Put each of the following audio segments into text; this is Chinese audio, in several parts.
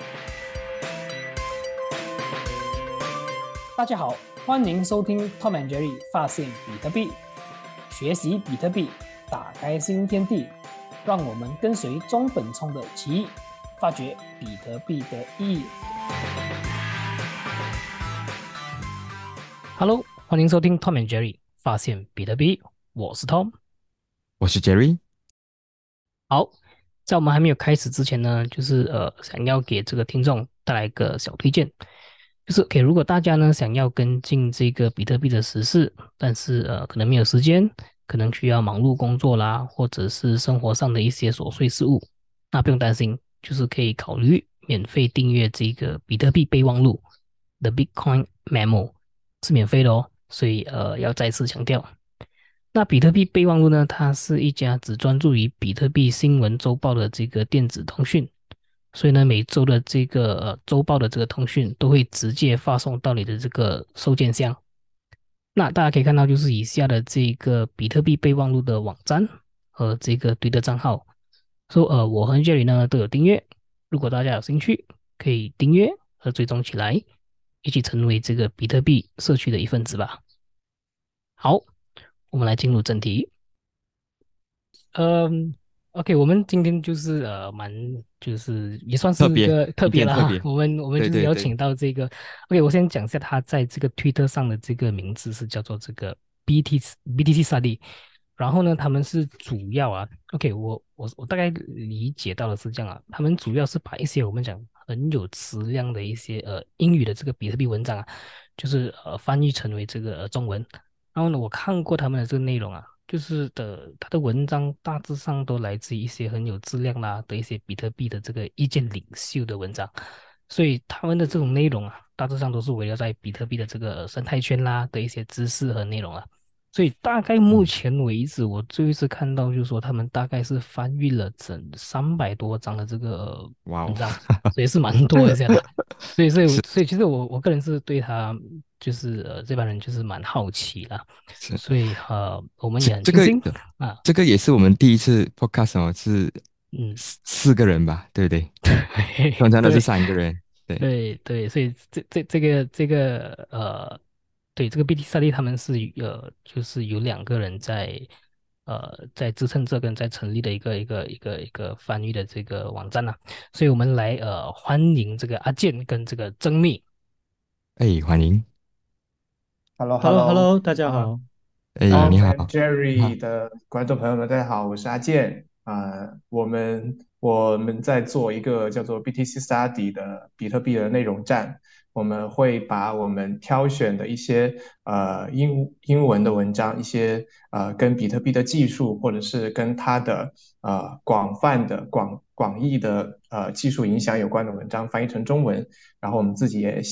大家好，欢迎收听 Tom and Jerry 发现比特币，学习比特币，打开新天地，让我们跟随中本聪的奇异，发掘比特币的意义。Hello， 欢迎收听 Tom and Jerry 发现比特币，我是 Tom， 我是 Jerry。 好，在我们还没有开始之前呢，就是想要给这个听众带来一个小推荐，就是给如果大家呢想要跟进这个比特币的时事，但是可能没有时间，可能需要忙碌工作啦，或者是生活上的一些琐碎事务，那不用担心，就是可以考虑免费订阅这个比特币备忘录，The Bitcoin Memo 是免费的哦，所以要再次强调。那比特币备忘录呢？它是一家只专注于比特币新闻周报的这个电子通讯，所以呢，每周的这个周报的这个通讯都会直接发送到你的这个收件箱。那大家可以看到，就是以下的这个比特币备忘录的网站和这个推的账号，说我和 Jerry 呢都有订阅，如果大家有兴趣，可以订阅和追踪起来，一起成为这个比特币社区的一份子吧。好，我们来进入正题。嗯，OK，我们今天就是就是也算特别是个特一别了哈。 天特别， 我们就是邀对对对。 请到这个，OK，我先讲一下他在这个推特上的这个名字是叫做这个 BTC Study，然后呢，他们是主要，OK，我大概理解到的是这样他们主要是把一些我们讲很有质量的一些英语的这个比特币文章就是翻译成为这个中文，然后呢，我看过他们的这个内容就是他的文章大致上都来自于一些很有质量啦的一些比特币的这个意见领袖的文章，所以他们的这种内容大致上都是围绕在比特币的这个生态圈啦的一些知识和内容所以大概目嗯， 前为止，我最后一次看到就是说他们大概是翻译了整300多章的这个哇哦。 文章，所以是蛮多一下的。 是所以其实我个人是对他就是这帮人就是蛮好奇啦。 是， 所以我们也很这这个庆幸啊， 这个也是我们第一次 podcast 哦，是嗯， 四个人吧，对不对？通常都是对 3个人。对。 对对，所以这个对这个 BT 赛利他们是就是有2个人在支撑这跟在成立的一个翻译的这个网站所以我们来欢迎这个阿健跟这个曾密。 哎，欢迎。 h e l l o h h e e l l l l o h e l l o o 大家好。 哎，你 Tom 好。 and 你好。 Jerry 的观众朋友们，大家好，我是阿健我们在做一个叫做 BTC Study 的比特币的内容站，我们会把我们挑选的一些英文的文章，一些跟比特币的技术或者是跟它的广泛的广义的技术影响有关的文章翻译成中文，然后我们自己也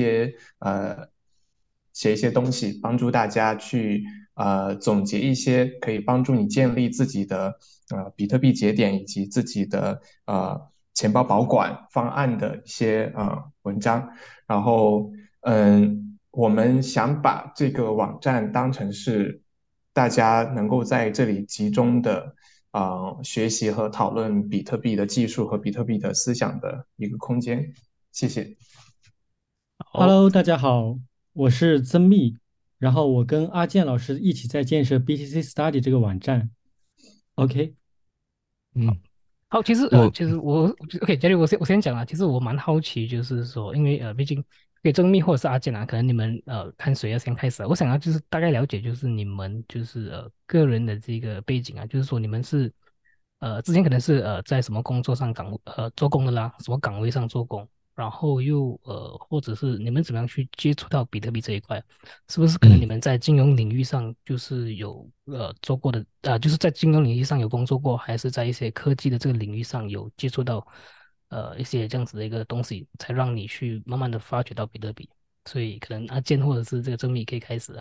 写一些东西，帮助大家去总结一些可以帮助你建立自己的比特币节点以及自己的钱包保管方案的一些文章。然后我们想把这个网站当成是大家能够在这里集中的学习和讨论比特币的技术和比特币的思想的一个空间。谢谢。 好， Hello，大家好，我是曾密，然后我跟阿健老师一起在建设 BTC Study 这个网站。OK， 嗯， 好，其实我其实我 OK，杰里，我先讲其实我蛮好奇，就是说，因为毕竟给郑密或者是阿健可能你们看谁要先开始我想要就是大概了解，就是你们就是个人的这个背景就是说你们是之前可能是在什么工作上做工的啦，什么岗位上做工，然后又或者是你们怎么样去接触到比特币这一块？是不是可能你嗯， 们在金融领域上就是有做过的就是在金融领域上有工作过，还是在一些科技的这个领域上有接触到一些这样子的一个东西，才让你去慢慢的发掘到比特币？所以可能阿健或者是这个郑密可以开始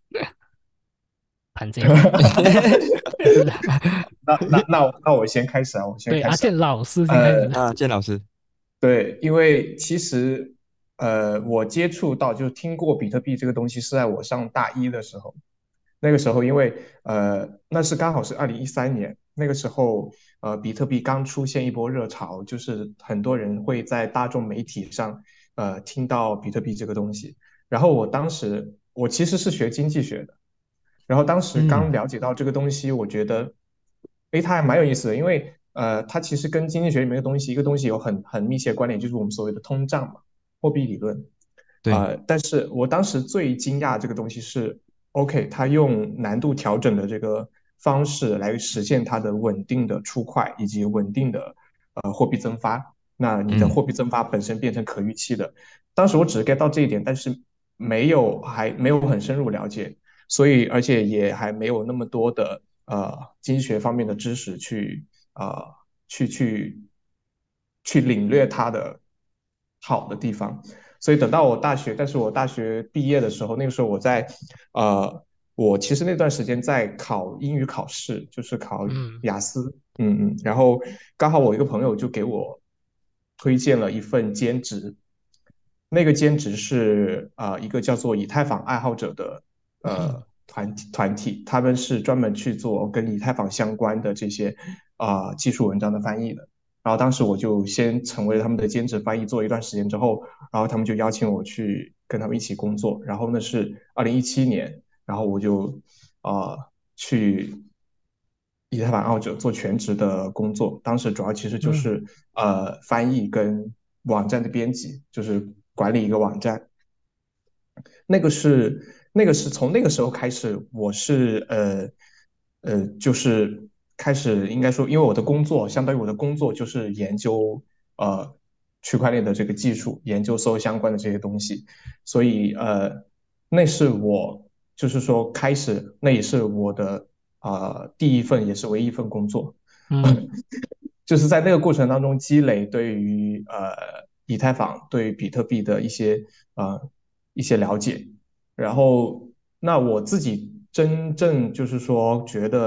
谈这一块，就是那我先开始我先开始对阿健老师先开始。 啊，建老师。 对，因为其实我接触到就听过比特币这个东西是在我上大一的时候，那个时候因为那是刚好是2013年，那个时候比特币刚出现一波热潮，就是很多人会在大众媒体上听到比特币这个东西。然后我其实是学经济学的，然后当时刚嗯， 了解到这个东西，我觉得，诶，它还蛮有意思的，因为它其实跟经济学里面的东西一个东西有很密切关联，就是我们所谓的通胀嘛，货币理论。 对， 但是我当时最惊讶这个东西是，OK，它用难度调整的这个方式来实现它的稳定的出块以及稳定的货币增发。那你的嗯货币增发本身变成可预期的。当时我只是 get 到这一点，但是还没有很深入了解。所以而且也还没有那么多的经济学方面的知识呃去去去领略它的好的地方。所以等到但是我大学毕业的时候，那个时候呃，我其实那段时间在考英语考试，就是考嗯雅思，然后刚好我一个朋友就给我推荐了一份兼职，那个兼职是一个叫做以太坊爱好者的团体，他们是专门去做跟以太坊相关的这些技术文章的翻译的。然后当时我就先成为了他们的兼职翻译，做一段时间之后，然后他们就邀请我去跟他们一起工作。然后那是2017年，然后我就去以太坊爱好者做全职的工作。当时主要其实就嗯是翻译跟网站的编辑，就是管理一个网站。那个是从那个时候开始，我是就是开始应该说，因为我的工作相当于我的工作就是研究区块链的这个技术，研究所有相关的这些东西，所以那是我就是说开始，那也是我的第一份也是唯一一份工作。 嗯就是在那个过程当中积累对于以太坊、对于比特币的一些了解，然后那我自己真正就是说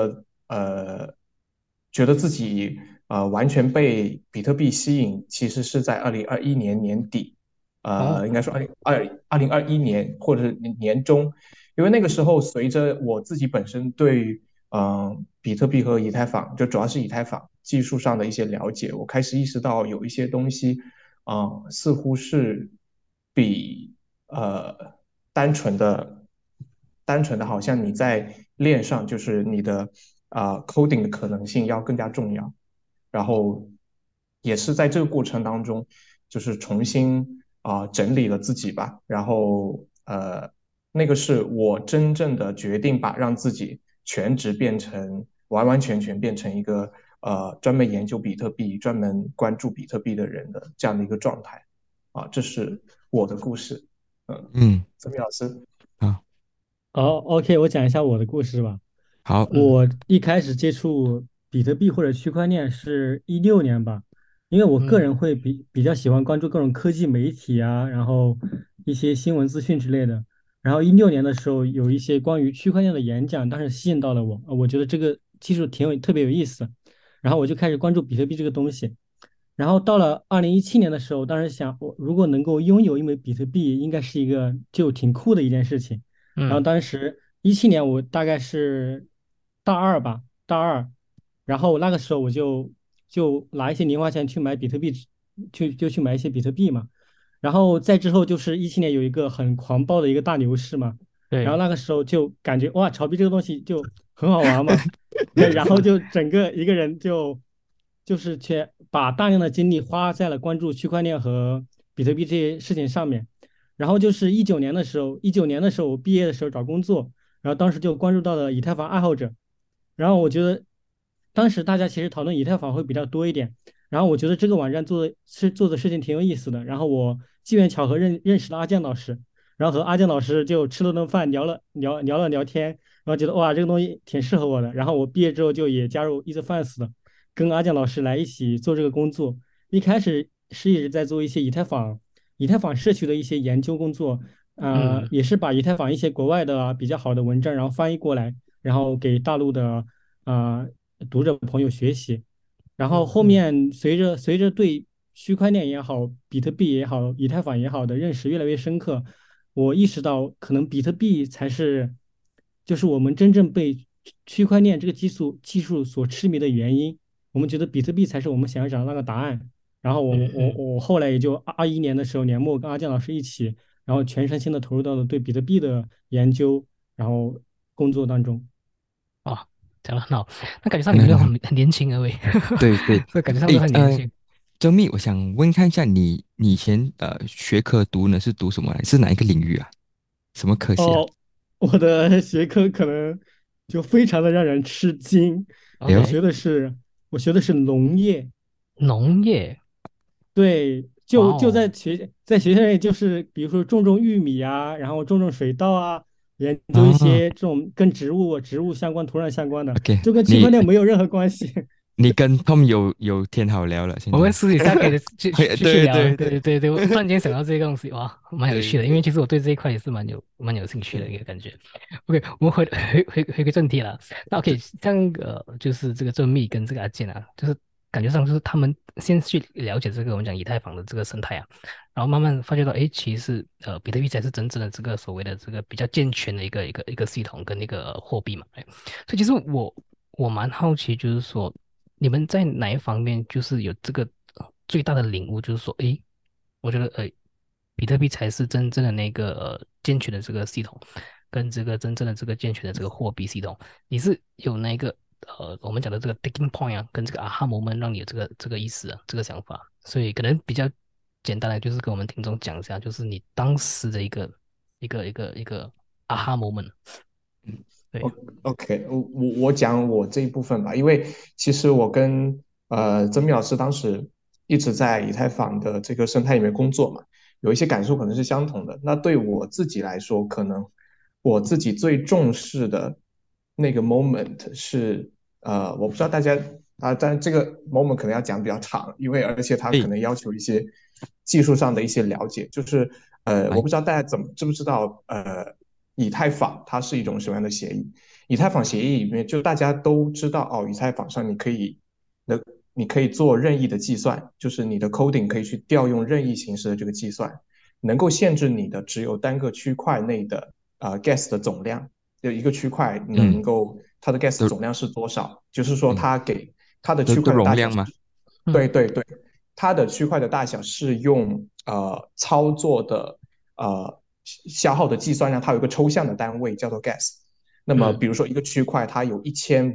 觉得自己完全被比特币吸引，其实是在2021年年底， 哦应该说2021年或者是年中，因为那个时候随着我自己本身对于比特币和以太坊，就主要是以太坊技术上的一些了解，我开始意识到有一些东西，似乎是比单纯的好像你在链上就是你的coding 的可能性要更加重要。然后也是在这个过程当中，就是重新整理了自己吧。然后那个是我真正的决定把让自己全职变成完完全全变成一个专门研究比特币、专门关注比特币的人的这样的一个状态这是我的故事。 嗯， 泽米老师。 好， 好，OK，我讲一下我的故事吧。 好， 嗯我一开始接触比特币或者区块链是16年吧，因为我个嗯人会比较喜欢关注各种科技媒体啊，然后一些新闻资讯之类的。然后16年的时候有一些关于区块链的演讲，当时吸引到了我，我觉得这个技术特别有意思，然后我就开始关注比特币这个东西。然后到了2017年的时候，当时想，我如果能够拥有一枚比特币，应该是一个就挺酷的一件事情。然后嗯当时17年我大概是大二吧，大二，然后那个时候我就拿一些零花钱去买比特币，去买一些比特币嘛。然后再之后就是17年有一个很狂暴的一个大牛市嘛，然后对那个时候就感觉哇，炒币这个东西就很好玩嘛。对，然后就整个一个人就是去把大量的精力花在了关注区块链和比特币这些事情上面。然后就是一九年的时候我毕业的时候找工作，然后当时就关注到了以太坊爱好者，然后我觉得当时大家其实讨论以太坊会比较多一点，然后我觉得这个网站做的事情挺有意思的，然后我机缘巧合认识了阿健老师，然后和阿健老师就吃了顿饭，聊天，然后觉得哇这个东西挺适合我的，然后我毕业之后就也加入 EasyFinance 了，跟阿健老师来一起做这个工作。一开始是一直在做一些以太坊社区的一些研究工作， 嗯也是把以太坊一些国外的比较好的文章，然后翻译过来，然后给大陆的呃读者朋友学习。然后后嗯面随着对区块链也好、比特币也好、以太坊也好的认识越来越深刻，我意识到可能比特币才是就是我们真正被区块链这个技术所痴迷的原因。 我们觉得比特币才是我们想要找的那个答案。然后我后来也就21年的时候，年末跟阿健老师一起，然后全身心的投入到了对比特币的研究，然后工作当中。 哦，讲得很好。那感觉上你们都很好。 很年轻啊喂， 对对。 这感觉上哎都很年轻。 周密，我想问看一下你以前学科读呢是读什么来？是哪一个领域啊？什么科系啊？ 哦，我的学科可能就非常的让人吃惊。 哎呦。 我 OK， 学的是我学的是农业。 农业， 对，就哇哦， 在学校里，就是比如说种玉米啊，然后种水稻啊，研究一啊些这种跟植物相关、土壤相关的， ，OK。 就跟区块你链没有任何关系。 你跟 Tom 有天好聊了，现我们在。 私底下可以继续对聊啊。 对对对对对对，我突然间想到这个东西，哇，蛮有趣的。因为对对其实我对这一块也是蛮有兴趣的对一个感觉。OK，我们回归正题了。那 OK，像就是这个郑密跟这个阿健啊，就是感觉上就是他们先去了解这个我们讲以太坊的这个生态啊，然后慢慢发觉到，哎，其实比特币才是真正的这个所谓的这个比较健全的一个系统跟那个货币嘛。哎，所以其实我蛮好奇，就是说你们在哪一方面就是有这个最大的领悟，就是说，诶，我觉得比特币才是真正的那个健全的这个系统，跟这个真正的这个健全的这个货币系统，你是有那个我们讲的这个 taking point 啊，跟这个 aha moment 让你有这个意思啊，这个想法，所以可能比较简单的就是跟我们听众讲一下，就是你当时的一个 aha moment。对， O OK，我讲我这一部分吧，因为其实我跟曾密老师当时一直在以太坊的这个生态里面工作嘛，有一些感受可能是相同的。那对我自己来说，可能我自己最重视的那个 moment 是我不知道大家但这个 moment 可能要讲比较长，因为而且它可哎， 能要求一些技术上的一些了解，就是我来。 不知道大家知不知道以太坊它是一种什么样的协议？以太坊协议里面，就大家都知道哦，以太坊上你可以做任意的计算，就是你的 coding 可以去调用任意形式的这个计算，能够限制你的只有单个区块内的gas 的总量，就一个区块嗯。 它的 gas 的总量是多少，就是说嗯它的区的块的大小是， 容量吗？ 嗯对对对，它的区块的大小是用操作的消耗的计算量，它有一个抽象的单位叫做 gas。那么嗯比如说一个区块它有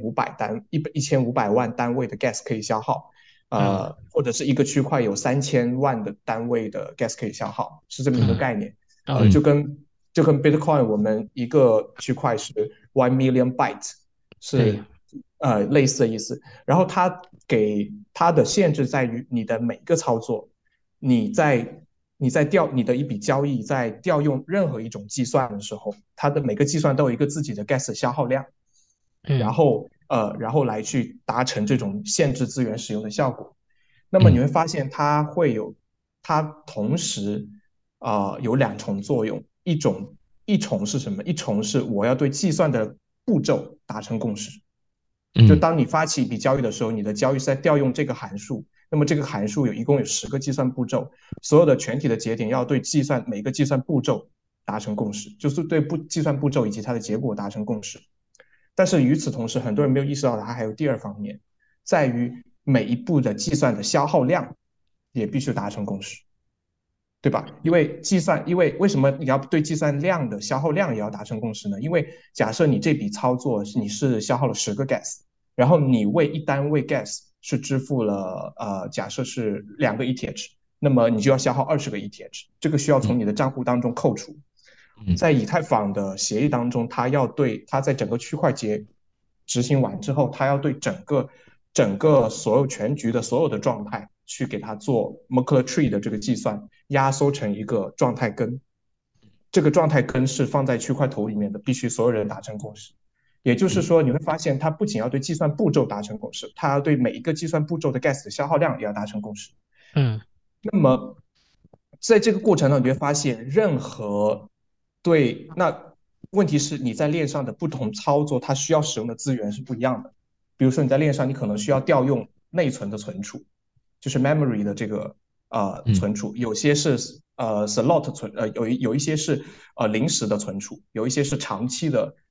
1500万单位的 gas 可以消耗， 嗯或者是一个区块有3000万的单位的 gas 可以消耗，是这么一个嗯概念。 ，OK， 嗯就跟 Bitcoin 我们一个区块是 1 million byte， 对， 是类似的意思。然后它的限制在于你的每个操作，你在你的一笔交易在调用任何一种计算的时候，它的每个计算都有一个自己的 gas 消耗量， 嗯然后来去达成这种限制资源使用的效果。那么你嗯会发现它同时有两重作用，一重是什么？一重是我要对计算的步骤达成共识。就嗯当你发起一笔交易的时候，你的交易是在调用这个函数，那么这个函数一共有10个计算步骤，所有的全体的节点要对每个计算步骤达成共识，就是对计算步骤以及它的结果达成共识。但是与此同时，很多人没有意识到它还有第二方面，在于每一步的计算的消耗量也必须达成共识。对吧？因为为什么你要对计算量的消耗量也要达成共识呢？因为假设你这笔操作你是消耗了10个 gas，然后你为一单位 gas 是支付了假设是2个 ETH，那么你就要消耗20个 ETH，这个需要从你的账户当中扣除。 嗯在以太坊的协议当中，它在整个区块执行完之后，它要对整个所有全局的所有的状态去给它做 Merkle tree 的这个计算，压缩成一个状态根。这个状态根是放在区块头里面的，必须所有人达成共识。也就是嗯说，你会发现它不仅要对计算步骤达成共识，它要对每一个计算步骤的 gas 的消耗量也要达成共识。 嗯那么在这个过程中，你会发现，那问题是你在链上的不同操作，它需要使用的资源是不一样的。比如说你在链上，你可能需要调用内存的存储，就是 memory 的这个嗯存储，有些是slot 有一些是临时的存储，有一些是长期的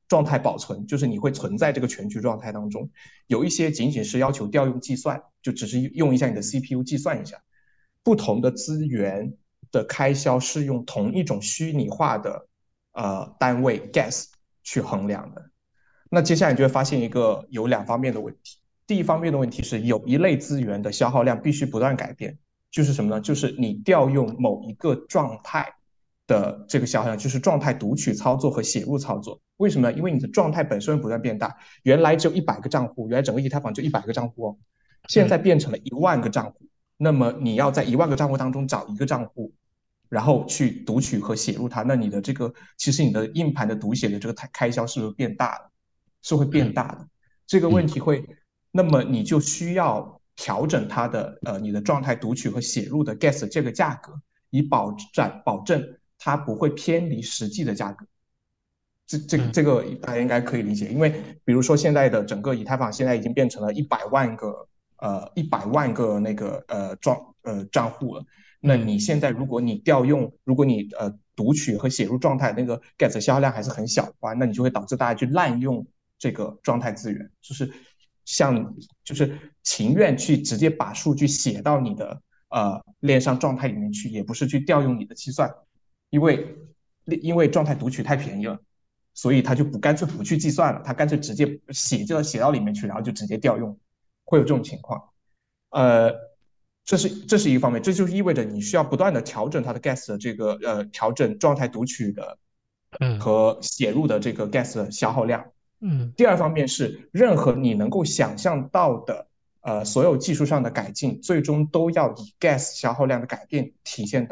状态保存，就是你会存在这个全局状态当中。有一些仅仅是要求调用计算，就只是用一下你的 CPU 计算一下。不同的资源的开销是用同一种虚拟化的单位 gas 去衡量的。那接下来你就会发现有两方面的问题。第一方面的问题是，有一类资源的消耗量必须不断改变，就是什么呢？就是你调用某一个状态的这个消耗量，就是状态读取操作和写入操作。为什么呢？因为你的状态本身不断变大，原来只有100个账户，原来整个以太坊就100个账户哦，现在变成了10000个账户。那么你要在10000个账户当中找一个账户，然后去读取和写入它，那你的其实你的硬盘的读写的这个开销是不是变大了？是会变大的。这个问题那么你就需要调整它的你的状态读取和写入的 gas 这个价格，以保证它不会偏离实际的价格。这个大家应该可以理解，因为比如说现在的整个以太坊现在已经变成了100万个那个账户了。那你现在如果你读取和写入状态那个 gas 消耗量还是很小的话，那你就会导致大家去滥用这个状态资源，就是情愿去直接把数据写到你的链上状态里面去，也不是去调用你的计算，因为状态读取太便宜了，所以他就干脆不去计算了，他干脆直接写到里面去，然后就直接调用，会有这种情况。这是一个方面，这就是意味着你需要不断的调整它的 gas 的这个调整状态读取的和写入的这个 gas 的消耗量。第二方面是任何你能够想象到的所有技术上的改进，最终都要以 gas 消耗量的改变体现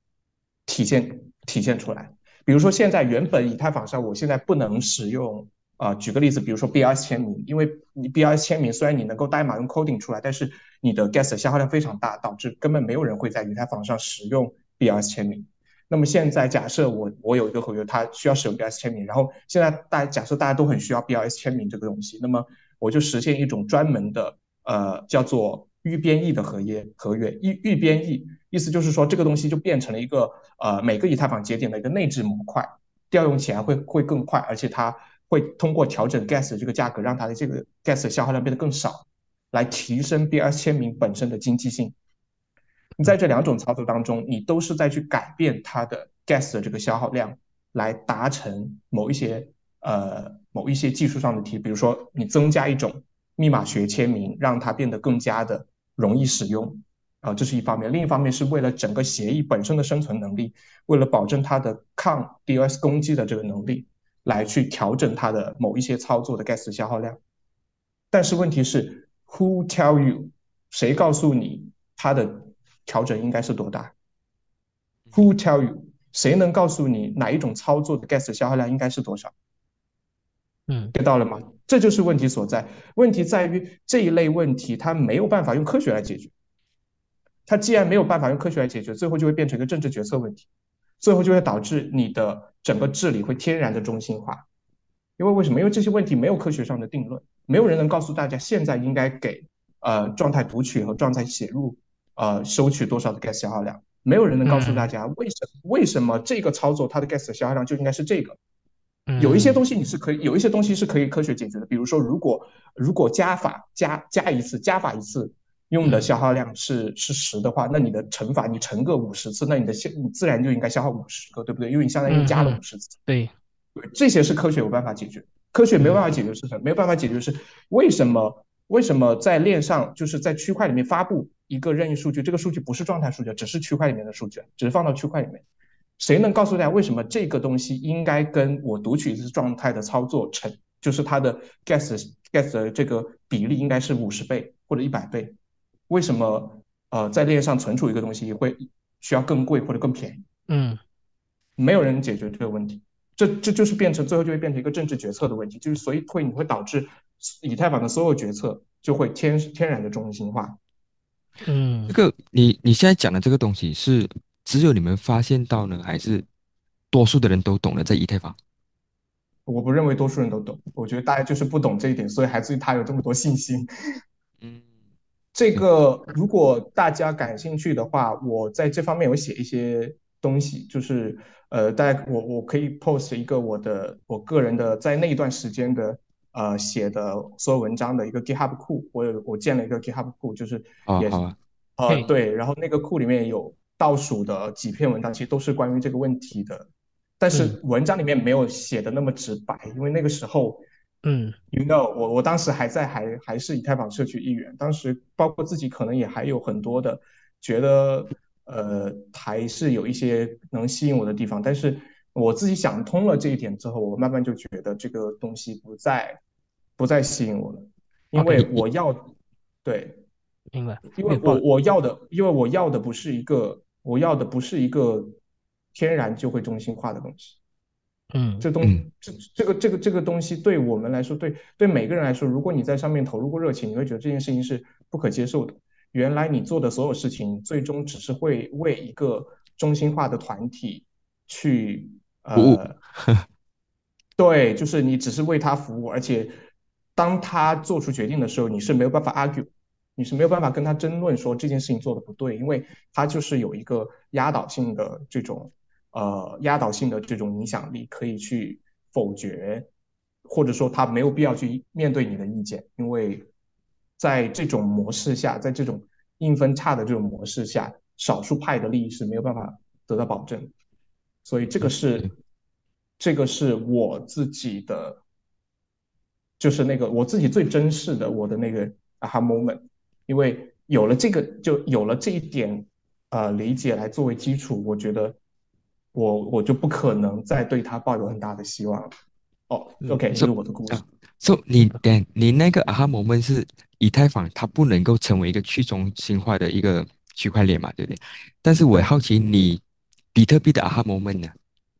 出来。比如说现在原本以太坊上，我现在不能使用举个例子，比如说 BRS 签名，因为你 BRS 签名虽然你能够代码用 coding 出来，但是你的 gas 的消耗量非常大，导致根本没有人会在以太坊上使用 BRS 签名。那么现在假设我有一个合约，它需要使用 BRS 签名，然后现在假设大家都很需要 BRS 签名这个东西，那么我就实现一种专门的叫做预编译的合约。预编译意思就是说这个东西就变成了一个每个以太坊节点的一个内置模块，调用起来会更快，而且它会通过调整 gas 的这个价格，让它的这个 gas 的消耗量变得更少，来提升 BRS 签名本身的经济性。你在这两种操作当中，你都是在去改变它的 gas 的这个消耗量，来达成某一些技术上的题，比如说你增加一种密码学签名，让它变得更加的容易使用。这是一方面，另一方面是为了整个协议本身的生存能力，为了保证它的抗 DOS 攻击的这个能力，来去调整它的某一些操作的 gas 消耗量。但是问题是 ，Who tell you？ 谁告诉你它的调整应该是多大 ？Who tell you？ 谁能告诉你哪一种操作的 gas 消耗量应该是多少？get 到了吗？这就是问题所在。问题在于这一类问题，它没有办法用科学来解决。它既然没有办法用科学来解决，最后就会变成一个政治决策问题，最后就会导致你的整个治理会天然的中心化。因为什么？因为这些问题没有科学上的定论，没有人能告诉大家现在应该给状态读取和状态写入收取多少的 gas 消耗量，没有人能告诉大家为什么这个操作它的 gas 消耗量就应该是这个。有一些东西有一些东西是可以科学解决的，比如说如果加法一次用的消耗量是10的话，那你的乘法你乘个50次，那你自然就应该消耗50个，对不对？因为你相当于加了50次。 对， 这些是科学有办法解决。科学没有办法解决是什么？没有办法解决是为什么在链上就是在区块里面发布一个任意数据，这个数据不是状态数据，只是区块里面的数据，只是放到区块里面。谁能告诉大家为什么这个东西应该跟我读取一次状态的操作就是它的 gas 的这个比例应该是50倍或者100倍？为什么在链上存储一个东西会需要更贵或者更便宜？没有人解决这个问题，这就是最后就会变成一个政治决策的问题，就是所以你会导致以太坊的所有决策就会天然的中心化。 这个你现在讲的这个东西是只有你们发现到呢，还是多数的人都懂了在以太坊？ 我不认为多数人都懂，我觉得大家就是不懂这一点，所以还对他有这么多信心。这个如果大家感兴趣的话，我在这方面有写一些东西，就是大概我可以 post 一个我个人的在那一段时间的写的所有文章的一个 GitHub 库，我建了一个 GitHub 库，就是也好啊， 嘿， 对，然后那个库里面有倒数的几篇文章，其实都是关于这个问题的，但嗯是文章里面没有写的那么直白，因为那个时候嗯 ，you know，我当时还是以太坊社区一员，当时包括自己可能也还有很多的觉得还是有一些能吸引我的地方，但是我自己想通了这一点之后，我慢慢就觉得这个东西不再吸引我了，因 ，OK， 为对。 明白。 因为没有哇， 我要的不是一个，我要的不是一个天然就会中心化的东西。 嗯这个东西对我们来说，对每个人来说，如果你在上面投入过热情，你会觉得这件事情是不可接受的。原来你做的所有事情，最终只是会为一个中心化的团体去服务， 对，就是你只是为他服务，而且当他做出决定的时候，你是没有办法 argue，你是没有办法跟他争论说这件事情做的不对，因为他就是有一个压倒性的这种影响力，可以去否决，或者说他没有必要去面对你的意见，因为在这种模式下，在这种硬分叉的这种模式下，少数派的利益是没有办法得到保证的。所以这个是我自己的，就是那个我自己最珍视的我的那个 aha moment，因为有了这个，就有了这一点理解来作为基础，我觉得我就不可能再对他抱有很大的希望了。哦，OK，这 ，so 是我的故啊事。 ，so 你那个 aha moment 是以太坊它不能够成为一个去中心化的一个区块链嘛，对不对？但是我对， 好奇你比特币的 aha moment 呢？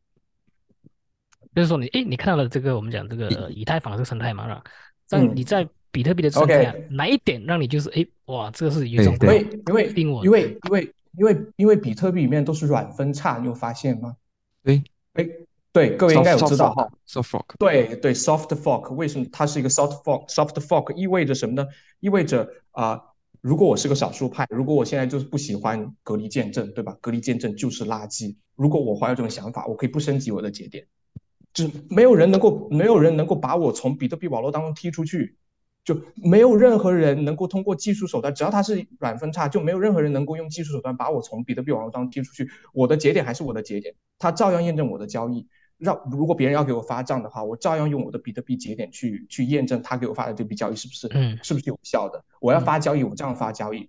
就是说你看到了这个我们讲这个你以太坊这个生态嘛，让你嗯在比特币的生态啊， ，OK， 哪一点让你就是哇，这个是有一种对对吸引我， 因为比特币里面都是软分叉，你有发现吗？ 对哎，对，各位应该 ，soft 有 soft 知道 fork 哈。 soft fork， 对对，soft fork 为什么它是一个 soft fork？soft fork 意味着什么呢？意味着如果我是个少数派，如果我现在就是不喜欢隔离见证，对吧？隔离见证就是垃圾。如果我怀有这种想法，我可以不升级我的节点，就是没有人能够把我从比特币网络当中踢出去，就没有任何人能够通过技术手段，只要它是软分叉，就没有任何人能够用技术手段把我从比特币网络当中踢出去。我的节点还是我的节点，它照样验证我的交易。如果别人要给我发账的话，我照样用我的比特币节点去验证他给我发的这笔交易是不是嗯是不是有效的。我要嗯发交易，我这样发交易，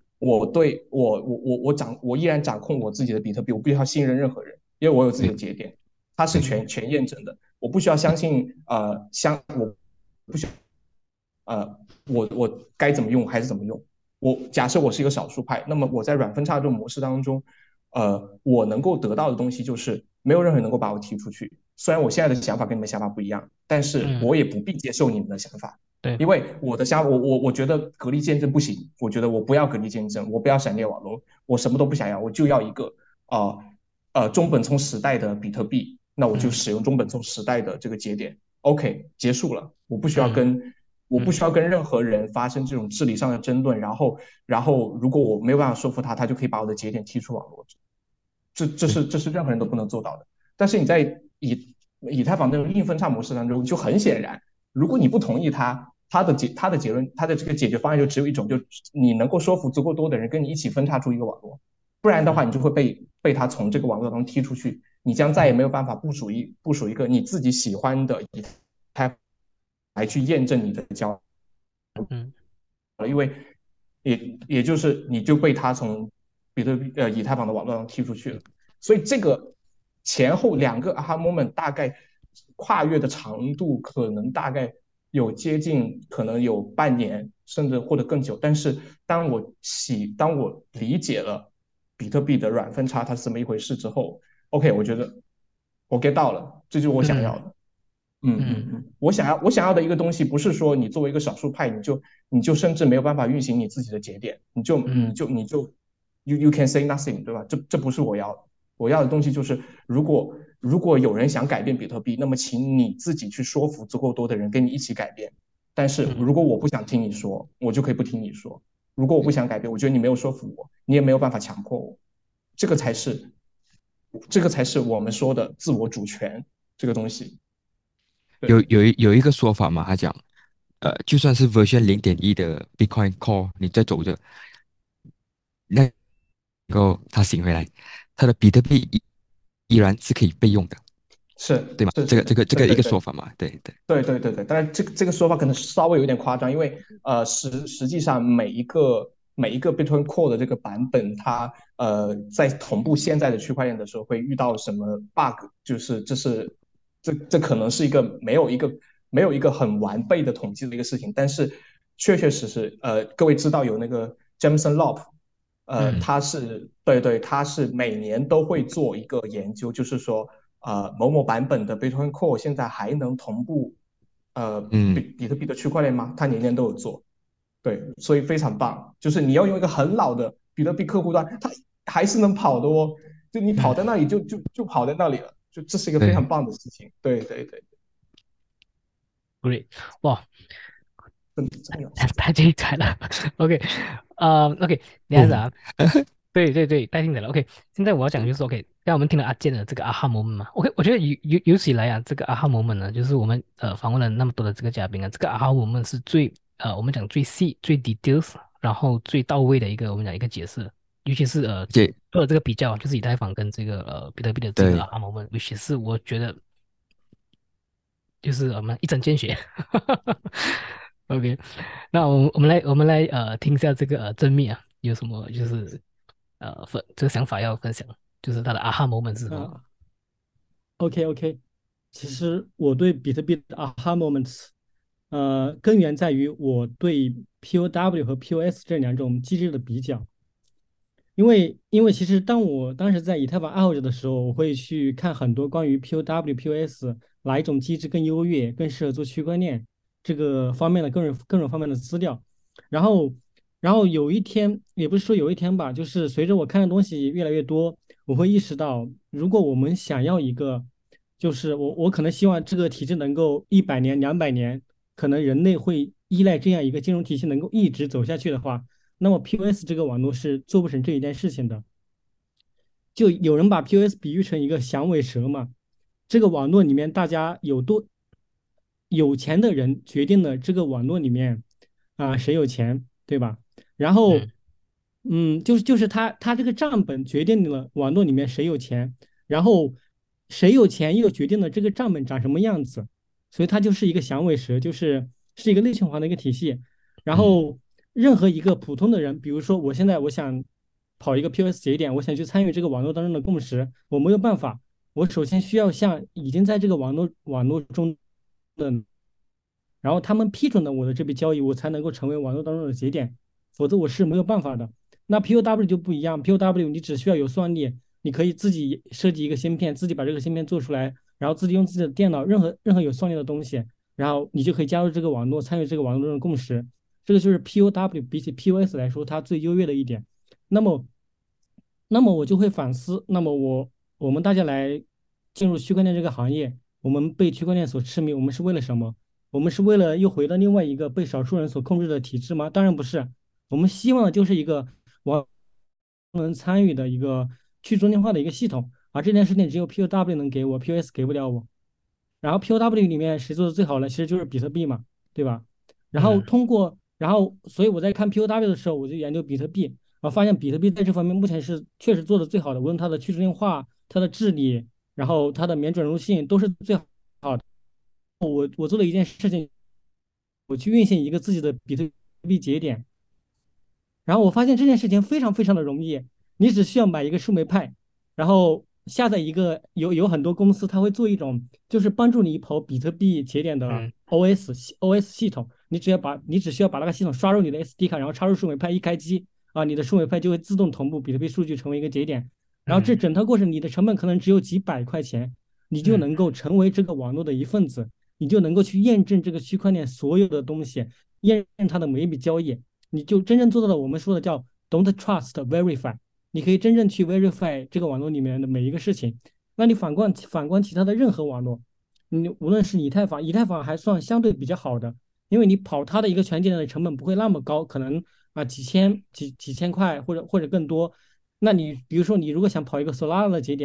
我依然掌控我自己的比特币，我不需要信任任何人，因为我有自己的对节点，它是对全验证的，我不需要相信我不需要我该怎么用还是怎么用。假设我是一个少数派，那么我在软分叉这种模式当中，我能够得到的东西就是没有任何人能够把我踢出去。虽然我现在的想法跟你们想法不一样，但是嗯， 我也不必接受你们的想法， 对， 因为我觉得隔离见证不行，我觉得我不要隔离见证，我不要闪电网络，我什么都不想要，我就要一个呃中本聪时代的比特币，那我就嗯使用中本聪时代的这个节点。OK，结束了， 嗯我不嗯需要跟任何人发生这种治理上的争论，然后如果我没有办法说服他，他就可以把我的节点踢出网络， 对这是任何人都不能做到的。但是你在以太坊那种硬分叉模式当中，就很显然，如果你不同意他的结论，他的这个解决方案就只有一种，就你能够说服足够多的人跟你一起分叉出一个网络，不然的话， 嗯你就会被他从这个网络当中踢出去，你将再也没有办法部署一个你自己喜欢的以太来去验证你的交嗯易，因为也就是你就被他从以太坊的网络上踢出去了。所以这个前后两个 aha moment 大概跨越的长度可能大概有接近可能有半年，甚至或者更久。但是当我理解了比特币的软分叉它是怎么一回事之后，OK，我觉得我 get 到了，这就是我想要嗯的。 嗯我想要的一个东西，不是说你作为一个少数派，你就甚至没有办法运行你自己的节点， 嗯 you can say nothing，对吧？这不是我要的，我要的东西就是，如果有人想改变比特币，那么请你自己去说服足够多的人跟你一起改变。但是嗯如果我不想听你说，我就可以不听你说。如果我不想改变，我觉得你没有说服我，你也没有办法强迫我，这个才是这个才是我们说的自我主权这个东西。 有一个说法嘛，他讲，就算是 version 0.1的 Bitcoin Core，你在走着，那然后它醒回来，它的比特币依然是可以备用的， 是对吗？ 是是， 这个一个对对对。 说法嘛，对对对，当然这个说法可能稍微有点夸张，因为实际上每一个 Bitcoin Core 的这个版本，它在同步现在的区块链的时候会遇到什么 bug，就是这可能是一个没有一个很完备的统计的一个事情，但是确确实实各位知道有那个 Jameson Lopp， 嗯他是每年都会做一个研究，就是说，某某版本的 Bitcoin Core 现在还能同步，比嗯， 比特币的区块链吗？他年年都有做，对，所以非常棒。就是你要用一个很老的比特币客户端，它还是能跑的哦，就你跑嗯在那里就跑在那里了，就这是一个非常对， 棒的事情。对对对， ，great，哇， 真的有趣。 太精彩了。OK，OK，这样子嗯， 啊，对，太精彩了。OK，现在我要讲就是 OK，刚才我们听了阿健的这个 aha moment 嘛，OK，我觉得有史以来啊，这个 aha moment 呢，就是我们访问了那么多的这个嘉宾啊，这个 aha moment 是最我们讲最细、最 details，然后最到位的一个我们讲一个解释，尤其是这做了这个比较，就是以太坊跟这个比特币的这个对 aha moment，尤其是我觉得就是我们一针见血。OK，那我们来听一下这个正面啊，有什么就是这个想法要分享，就是他的 aha moment 是什么？ 啊，OK，其实我对比特币的 aha moments，根源在于我对 POW 和 POS 这两种机制的比较。因为其实当我当时在以太坊爱好者的时候，我会去看很多关于 POW、POS 哪一种机制更优越、更适合做区块链这个方面的各种方面的资料。然后，然后有一天，也不是说有一天吧，就是随着我看的东西越来越多，我会意识到，如果我们想要一个，就是我可能希望这个体制能够100年、200年，可能人类会依赖这样一个金融体系能够一直走下去的话。那么 POS 这个网络是做不成这一件事情的。就有人把 POS 比喻成一个响尾蛇嘛，这个网络里面大家有钱的人决定了这个网络里面谁有钱，对吧？然后嗯就是他这个账本决定了网络里面谁有钱，然后谁有钱又决定了这个账本长什么样子，所以它就是一个响尾蛇，是一个内循环的一个体系。然嗯后任何一个普通的人，比如说我现在我想跑一个 POS 节点，我想去参与这个网络当中的共识，我没有办法。我首先需要向已经在这个网络中的，然后他们批准了我的这笔交易，我才能够成为网络当中的节点，否则我是没有办法的。那 POW 就不一样，POW 你只需要有算力，你可以自己设计一个芯片，自己把这个芯片做出来，然后自己用自己的电脑，任何有算力的东西，然后你就可以加入这个网络，参与这个网络中的共识。这个就是 POW 比起 POS 来说，它最优越的一点。那么，那么我就会反思，那么我们大家来进入区块链这个行业，我们被区块链所痴迷，我们是为了什么？我们是为了又回到另外一个被少数人所控制的体制吗？当然不是，我们希望的就是一个我能参与的一个去中心化的一个系统，而这件事情只有 POW 能给我，POS 给不了我。然后 POW 里面谁做的最好呢？其实就是比特币嘛，对吧？然后嗯通过，然后所以我在看 POW 的时候，我就研究比特币，我发现比特币在这方面目前是确实做的最好的，无论它的去中心化、它的治理，然后它的免转入性都是最好的。我做了一件事情，我去运行一个自己的比特币节点，然后我发现这件事情非常非常的容易，你只需要买一个树莓派，然后下载一个有很多公司，它会做一种就是帮助你跑比特币节点的嗯 OS 系统，你只需要把那个系统刷入你的 SD 卡，然后插入树莓派一开机你的树莓派就会自动同步比特币数据成为一个节点，然后这嗯整套过程你的成本可能只有几百块钱，你就嗯能够成为这个网络的一份子，你就能够去验证这个区块链所有的东西，验证它的每一笔交易。你就真正做到了我们说的叫 don't trust verify，你可以真正去 verify 这个网络里面的每一个事情。那你反观其他的任何网络，你无论是以太坊，以太坊还算相对比较好的，因为你跑它的一个全节点的成本不会那么高，可能几千块或者更多。那你比如说你如果想跑一个 Solana 的节点，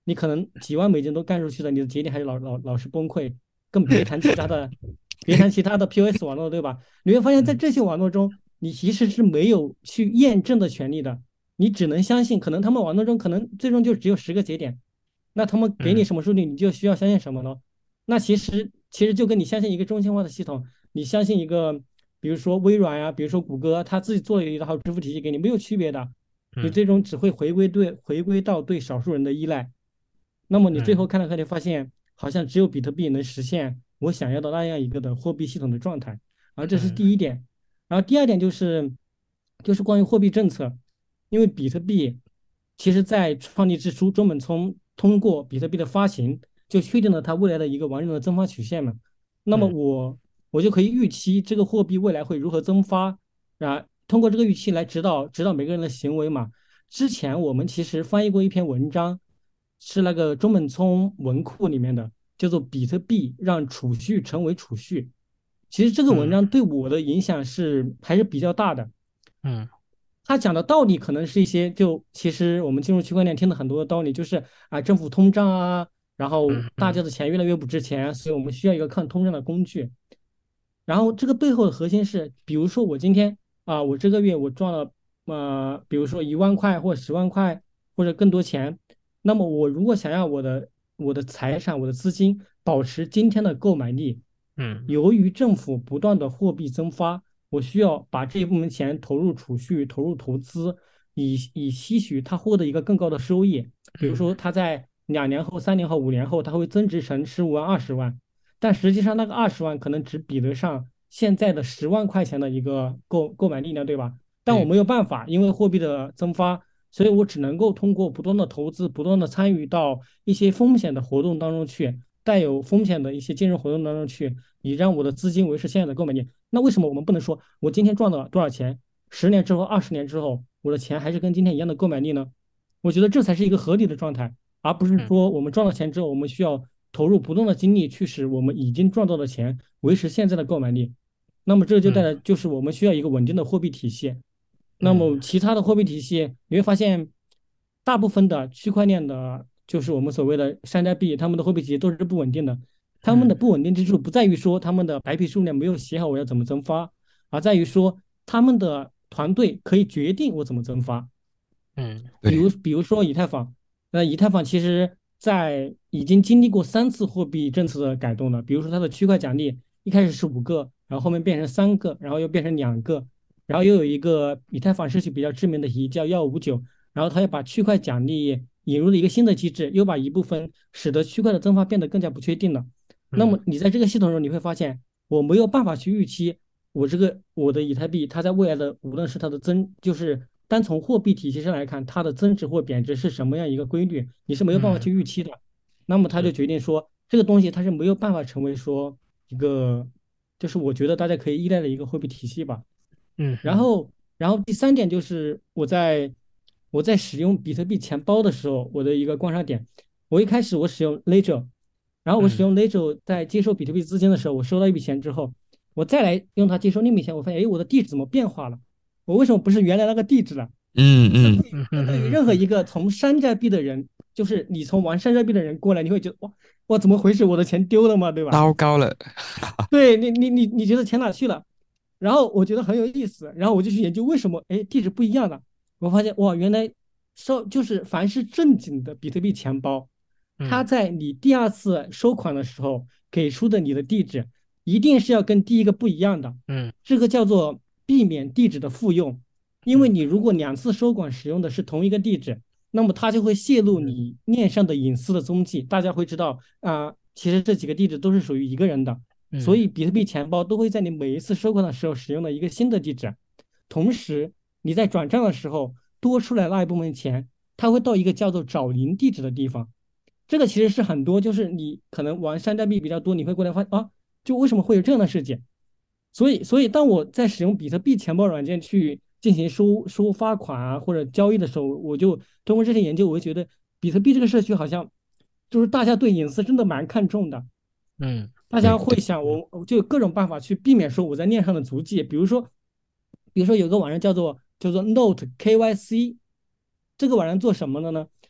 你可能几万美金都干出去了，你的节点还是老是崩溃，更别谈其他的 POS 网络，对吧？你会发现在这些网络中，你其实是没有去验证的权利的，你只能相信，可能他们网络中可能最终就只有10个节点，那他们给你什么数据，你就需要相信什么呢？那其实就跟你相信一个中心化的系统，你相信一个，比如说微软呀、比如说谷歌，它自己做了一套支付体系给你，没有区别的。你最终只会回归到对少数人的依赖。那么你最后看了看，你发现好像只有比特币能实现我想要的那样一个的货币系统的状态，而这是第一点。然后第二点就是关于货币政策，因为比特币其实在创立之初，中本聪通过比特币的发行就确定了它未来的一个完整的增发曲线嘛。那么我就可以预期这个货币未来会如何增发，通过这个预期来指导每个人的行为嘛。之前我们其实翻译过一篇文章，是那个中本聪文库里面的，叫做《比特币让储蓄成为储蓄》。其实这个文章对我的影响还是比较大的。他讲的道理可能是一些，其实我们进入区块链听了很多的道理，就是政府通胀啊，然后大家的钱越来越不值钱，所以我们需要一个抗通胀的工具。然后这个背后的核心是，比如说我今天我这个月我赚了比如说1万块或者10万块或者更多钱，那么我如果想要我的财产我的资金保持今天的购买力，由于政府不断的货币增发，我需要把这一部分钱投入储蓄、投入投资，以吸取它获得一个更高的收益。比如说，它在2年后、3年后、5年后，它会增值成15万、20万。但实际上那个20万可能只比得上现在的10万块钱的一个购买力量，对吧？但我没有办法，因为货币的增发，所以我只能够通过不断的投资，不断的参与到一些风险的活动当中去，带有风险的一些金融活动当中去，以让我的资金维持现在的购买力。那为什么我们不能说我今天赚了多少钱，10年之后、20年之后，我的钱还是跟今天一样的购买力呢？我觉得这才是一个合理的状态。而不是说我们赚了钱之后，我们需要投入不断的精力去使我们已经赚到的钱维持现在的购买力。那么这就带来就是我们需要一个稳定的货币体系。那么其他的货币体系，你会发现大部分的区块链的，就是我们所谓的山寨币，他们的货币体系都是不稳定的。他们的不稳定之处不在于说他们的白皮数量没有写好我要怎么增发，而在于说他们的团队可以决定我怎么增发。比如说以太坊。那以太坊其实在已经经历过3次货币政策的改动了，比如说它的区块奖励一开始是5个，然后后面变成3个，然后又变成2个，然后又有一个以太坊社区比较知名的题叫159，然后它又把区块奖励引入了一个新的机制，又把一部分使得区块的增发变得更加不确定了。那么你在这个系统中你会发现，我没有办法去预期我的以太币它在未来的无论是它的就是单从货币体系上来看，它的增值或贬值是什么样一个规律，你是没有办法去预期的。那么他就决定说，这个东西它是没有办法成为说一个，就是我觉得大家可以依赖的一个货币体系吧。然后第三点就是我在使用比特币钱包的时候，我的一个观察点，我一开始我使用 Ledger，然后我使用 Ledger 在接收比特币资金的时候，我收到一笔钱之后，我再来用它接收另一笔钱，我发现，哎，我的地址怎么变化了？我为什么不是原来那个地址了？那对于任何一个从山寨币的人，就是你从玩山寨币的人过来，你会觉得哇怎么回事？我的钱丢了吗？对吧？ 糟糕了。 对你觉得钱哪去了？然后我觉得很有意思，然后我就去研究为什么地址不一样了。我发现哇，原来就是凡是正经的比特币钱包，它在你第2次收款的时候给出的你的地址，一定是要跟第一个不一样的。这个叫做避免地址的复用。因为你如果2次收款使用的是同一个地址，那么它就会泄露你链上的隐私的踪迹，大家会知道其实这几个地址都是属于一个人的。所以比特币钱包都会在你每一次收款的时候使用的一个新的地址，同时你在转账的时候多出来那一部分钱，它会到一个叫做找零地址的地方。这个其实是很多就是你可能玩山寨币比较多，你会过来发现就为什么会有这样的事情？所以当我在使用比特币钱包软件去进行收发款或者交易的时候，我就通过这些研究，我就觉得比特币这个社区好像就是大家对隐私真的蛮看重的。大家会想我就有各种办法去避免说我在链上的足迹，比如说有个网站叫做 Note KYC， 这个网站做什么的呢？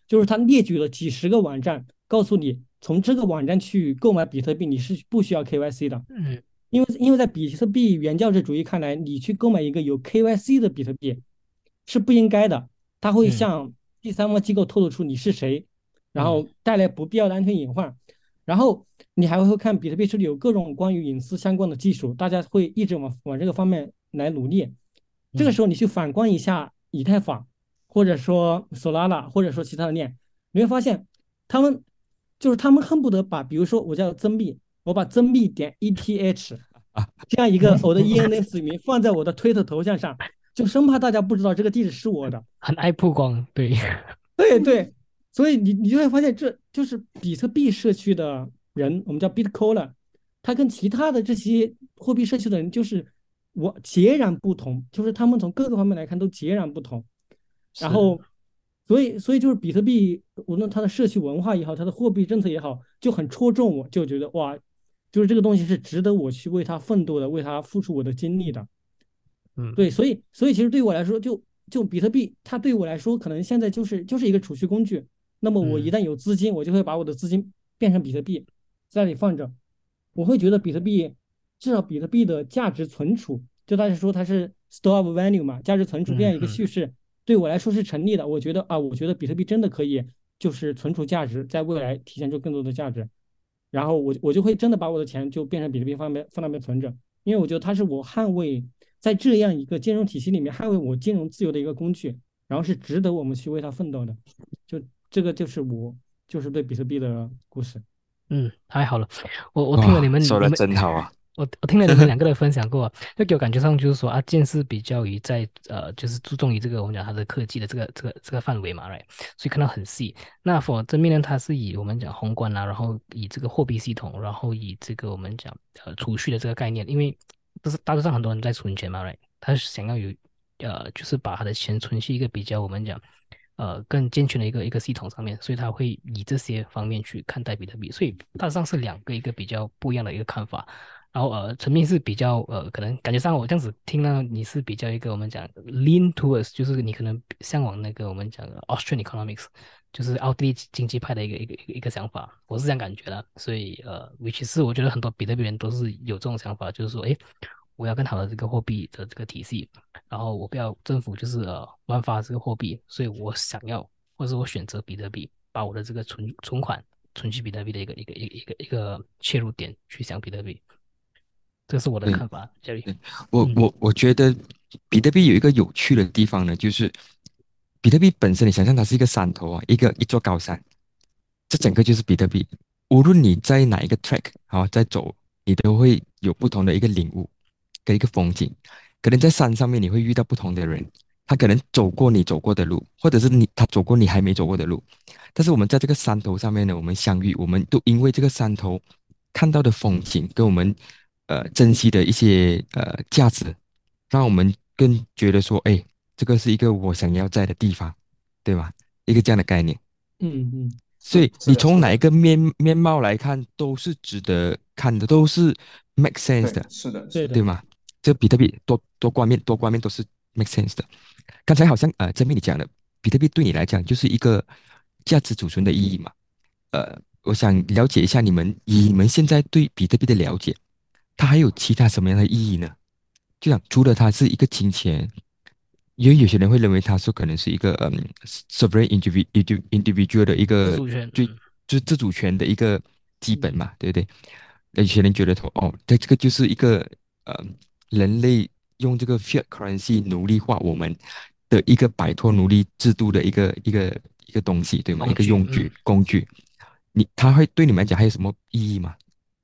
就是他列举了几十个网站，告诉你从这个网站去购买比特币，你是不需要 KYC 的。因为在比特币原教旨主义看来，你去购买一个有 KYC 的比特币是不应该的，它会向第三方机构透露出你是谁，然后带来不必要的安全隐患。然后你还会看比特币这里有各种关于隐私相关的技术，大家会一直往这个方面来努力。这个时候你去反观一下以太坊，或者说 Solana， 或者说其他的链，你会发现他们恨不得把，比如说我叫增币，我把增币点 ETH 这样一个我的 ENS 里面放在我的推特头像上，就生怕大家不知道这个地址是我的。 很爱曝光，对。 对对，所以你就会发现，这就是比特币社区的人，我们叫 Bitcoiner，他跟其他的这些货币社区的人就是截然不同，就是他们从各个方面来看都截然不同。然后，所以就是比特币，无论它的社区文化也好，它的货币政策也好，就很戳中我，就觉得哇，就是这个东西是值得我去为它奋斗的，为它付出我的精力的。对，所以其实对我来说，就比特币，它对我来说可能现在就是一个储蓄工具。那么我一旦有资金，我就会把我的资金变成比特币，在那里放着。我会觉得比特币，至少比特币的价值存储，就大家说它是 store of value 嘛，价值存储这样一个叙事，对我来说是成立的。我觉得比特币真的可以就是存储价值，在未来体现出更多的价值。然后我就会真的把我的钱就变成比特币放那边存着，因为我觉得它是我捍卫在这样一个金融体系里面捍卫我金融自由的一个工具，然后是值得我们去为它奋斗的。就这个就是我就是对比特币的故事。 太好了，我听了你哇，说的们你们真好啊！ 我听了你们两个的分享过，就给我感觉上就是说啊，剑是比较于就是注重于这个我们讲它的科技的这个范围嘛，right？所以看到很细。那否正面呢，它是以我们讲宏观啊，然后以这个货币系统，然后以这个我们讲储蓄的这个概念，因为不是大致上很多人在存钱嘛，right？他是想要有就是把他的钱存去一个比较我们讲更健全的一个系统上面，所以他会以这些方面去看待比特币，所以大致上是一个比较不一样的一个看法。然后陈明是比较可能感觉上我这样子听到你是比较一个我们讲 lean towards，就是你可能向往那个我们讲的 Austrian economics，就是奥地利经济派的一个想法，我是这样感觉的。所以which 是我觉得很多比特币人都是有这种想法，就是说，诶，我要更好的这个货币的这个体系，然后我不要政府就是乱发这个货币，所以我想要或者我选择比特币，把我的这个存款存去比特币的一个切入点去想比特币。这是我的对看法，Jerry。 对，我觉得比特币有一个有趣的地方呢，就是比特币本身，你想象它是一个山头啊，一座高山，这整个就是比特币。无论你在哪一个 track 啊，在走，你都会有不同的一个领悟跟一个风景。可能在山上面你会遇到不同的人，他可能走过你走过的路，或者是他走过你还没走过的路。但是我们在这个山头上面呢，我们相遇，我们都因为这个山头看到的风景跟我们珍惜的一些价值，让我们更觉得说，哎，这个是一个我想要在的地方，对吧？一个这样的概念。 嗯嗯所以是的， 你从哪一是的， 个面貌来看，都是值得看的，都是 make sense 对， 的， 是的，是对的。 的。 对吗？这比特币多方面都是 make sense 的。刚才好像正面你讲的，比特币对你来讲就是一个价值储存的意义嘛。我想了解一下以你们现在对比特币的了解，它还有其他什么样的意义呢？就像除了它是一个金钱，因为有些人会认为它是可能是一个sovereign individual 的一个自主权。 最就是自主权的一个基本嘛，对不对？那有些人觉得说，哦，这个就是一个呃人类用这个 fiat currency 奴隶化我们的一个摆脱奴隶制度的一个东西，对吗？一工具。 个工具，它会对你们来讲还有什么意义吗？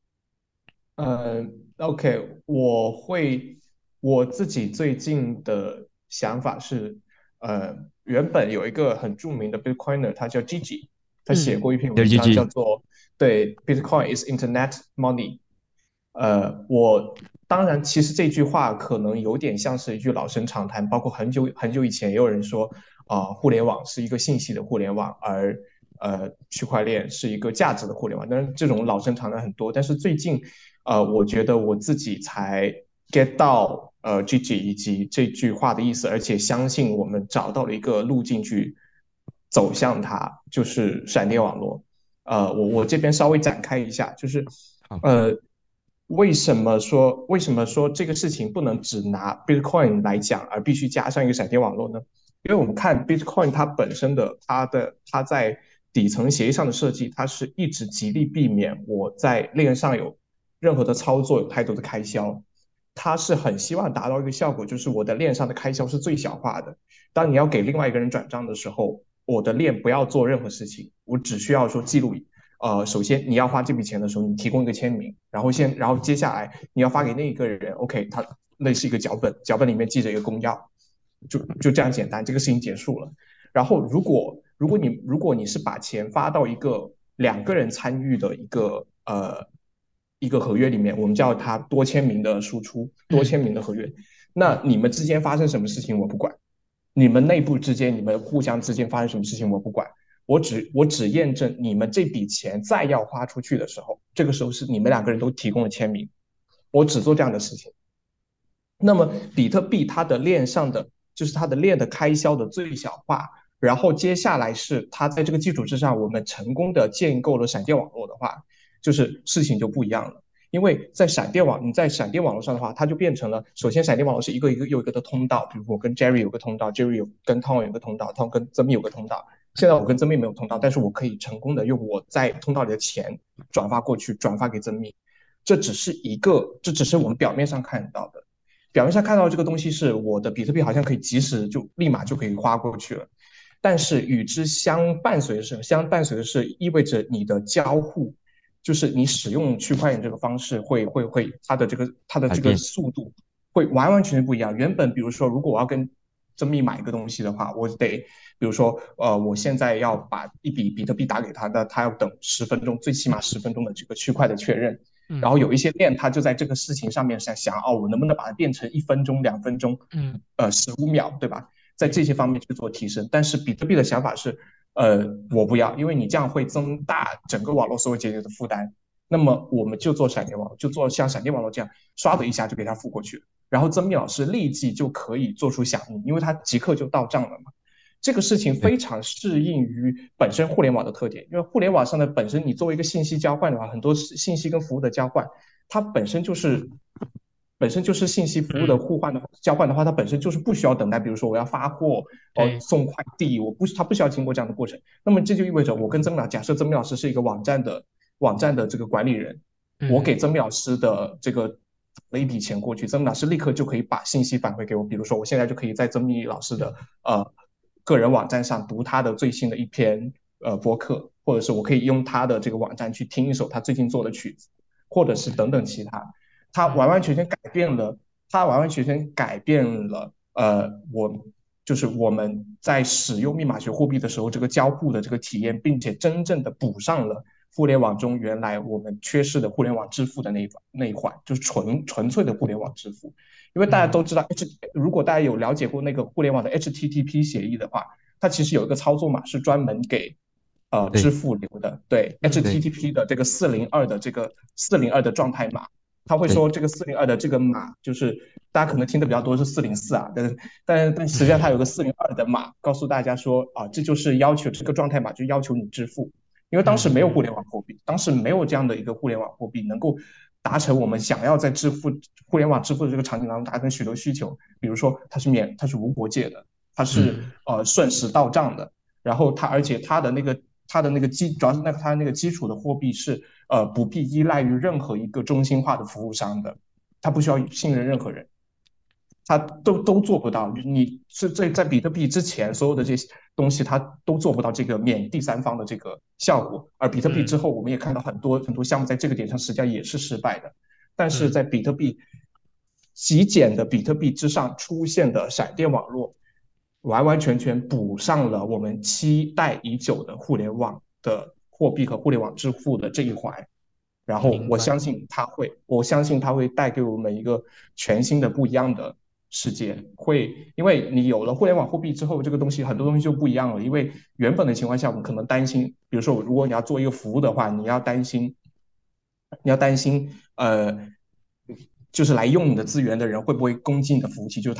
OK，我自己最近的想法是，原本有一个很著名的 Bitcoiner，他叫 Gigi，他写嗯过一篇文章叫对，GG， 做对 Bitcoin is Internet Money。我当然，其实这句话可能有点像是一句老生常谈，包括很久很久以前也有人说，互联网是一个信息的互联网，而区块链是一个价值的互联网。当然，这种老生常谈很多，但是最近，我觉得我自己才 get 到Gigi 以及这句话的意思，而且相信我们找到了一个路径去走向它，就是闪电网络。我这边稍微展开一下，就是好， 呃，为什么说这个事情不能只拿 Bitcoin 来讲，而必须加上一个闪电网络呢？因为我们看 Bitcoin 它本身的它在底层协议上的设计，它是一直极力避免我在链上有任何的操作有太多的开销，它是很希望达到一个效果，就是我的链上的开销是最小化的。当你要给另外一个人转账的时候，我的链不要做任何事情，我只需要说记录。首先你要花这笔钱的时候，你提供一个签名，然后接下来你要发给那一个人，OK，他类似一个脚本，脚本里面记着一个公钥，就这样简单，这个事情结束了。然后如果你是把钱发到一个两个人参与的一个合约里面，我们叫它多签名的输出，多签名的合约。那你们之间发生什么事情我不管，你们内部之间、你们互相之间发生什么事情我不管，我只验证你们这笔钱再要花出去的时候，这个时候是你们两个人都提供了签名，我只做这样的事情。那么比特币它的链上的就是它的链的开销的最小化，然后接下来是它在这个基础之上，我们成功的建构了闪电网络的话，就是事情就不一样了。因为你在闪电网络上的话，它就变成了，首先闪电网络是一个一个又一个的通道，比如我跟 Jerry 有个通道，Jerry 跟 Tom 有个通道，Tom 跟曾密有个通道。现在我跟曾密没有通道，但是我可以成功的用我在通道里的钱转发过去，转发给曾密。这只是我们表面上看到的。表面上看到这个东西是我的比特币好像可以及时就立马就可以花过去了，但是与之相伴随的是意味着你的交互，就是你使用区块链这个方式会它的这个改变， 速度会完完全全不一样。原本比如说如果我要跟真密买一个东西的话，我得比如说我现在要把一笔比特币打给他，那他要等10分钟，最起码10分钟的这个区块的确认。然嗯后有一些链，它就在这个事情上面想哦，我能不能把它变成1分钟、2分钟， 嗯 15秒，对吧？在这嗯些方面去做提升。但是比特币的想法是，我不要，因为你这样会增大整个网络所有节点的负担。那么我们就做闪电网络，就做像闪电网络这样，刷的一下就给它付过去了。然后曾密老师立即就可以做出响应，因为他即刻就到账了嘛。这个事情对， 非常适应于本身互联网的特点，因为互联网上的本身，你作为一个信息交换的话，很多信息跟服务的交换，它本身就是信息服务的嗯， 交换的话，它本身就是不需要等待。比如说我要发货， 对， 送快递，它不需要经过这样的过程。那么这就意味着我跟假设曾密老师是一个网站的这个管理人，我嗯给曾密老师的这个了一笔钱过去，曾密老师立刻就可以把信息返回给我。比如说我现在就可以在曾密老师的个人网站上读他的最新的一篇播客，或者是我可以用他的这个网站去听一首他最近做的曲子，或者是等等其他。它完嗯完全全改变了，它完完全全改变了就是我们在使用密码学货币的时候这个交互的这个体验，并且真正的补上了互联网中原来我们缺失的互联网支付的那一环，就是纯粹的互联网支付。因为大家嗯都知道如果大家有了解过那个互联网的 HTTP 协议的话，它其实有一个操作码是专门给支对付流的，对嗯对 HTTP 的这个402的状态码，他会对说这个402的这个码就是大家可能听的比较多是404啊，但实际上它有个402的码，告诉大家说啊，这就是要求这个状态码就要求你支付，因为当时没有互嗯嗯联网货币，当时没有这样的一个互联网货币能够达成我们想要在互联网支付的这个场景当中达成许多需求，比如说它是无国界的，它是嗯瞬时到账的，然后而且它的那个主要是它那个基础的货币是不必依赖于任何一个中心化的服务商的，它不需要信任任何人，它都做不到。你是在比特币之前所有的这些东西，它都做不到这个免第三方的这个效果。而比特币之嗯后，我们也看到很多项目在这个点上实际上也是失败的。但是嗯在比特币极简的比特币之上出现的闪电网络，完完全全补上了我们期待已久的互联网的货币和互联网支付的这一环。然后明白， 我相信它会带给我们一个全新的不一样的世界。因为你有了互联网货币之后，这个东西很多东西就不一样了。因为原本的情况下，我们可能担心，比如说如果你要做一个服务的话，你要担心就是来用你的资源的人会不会攻击你的服务器，就是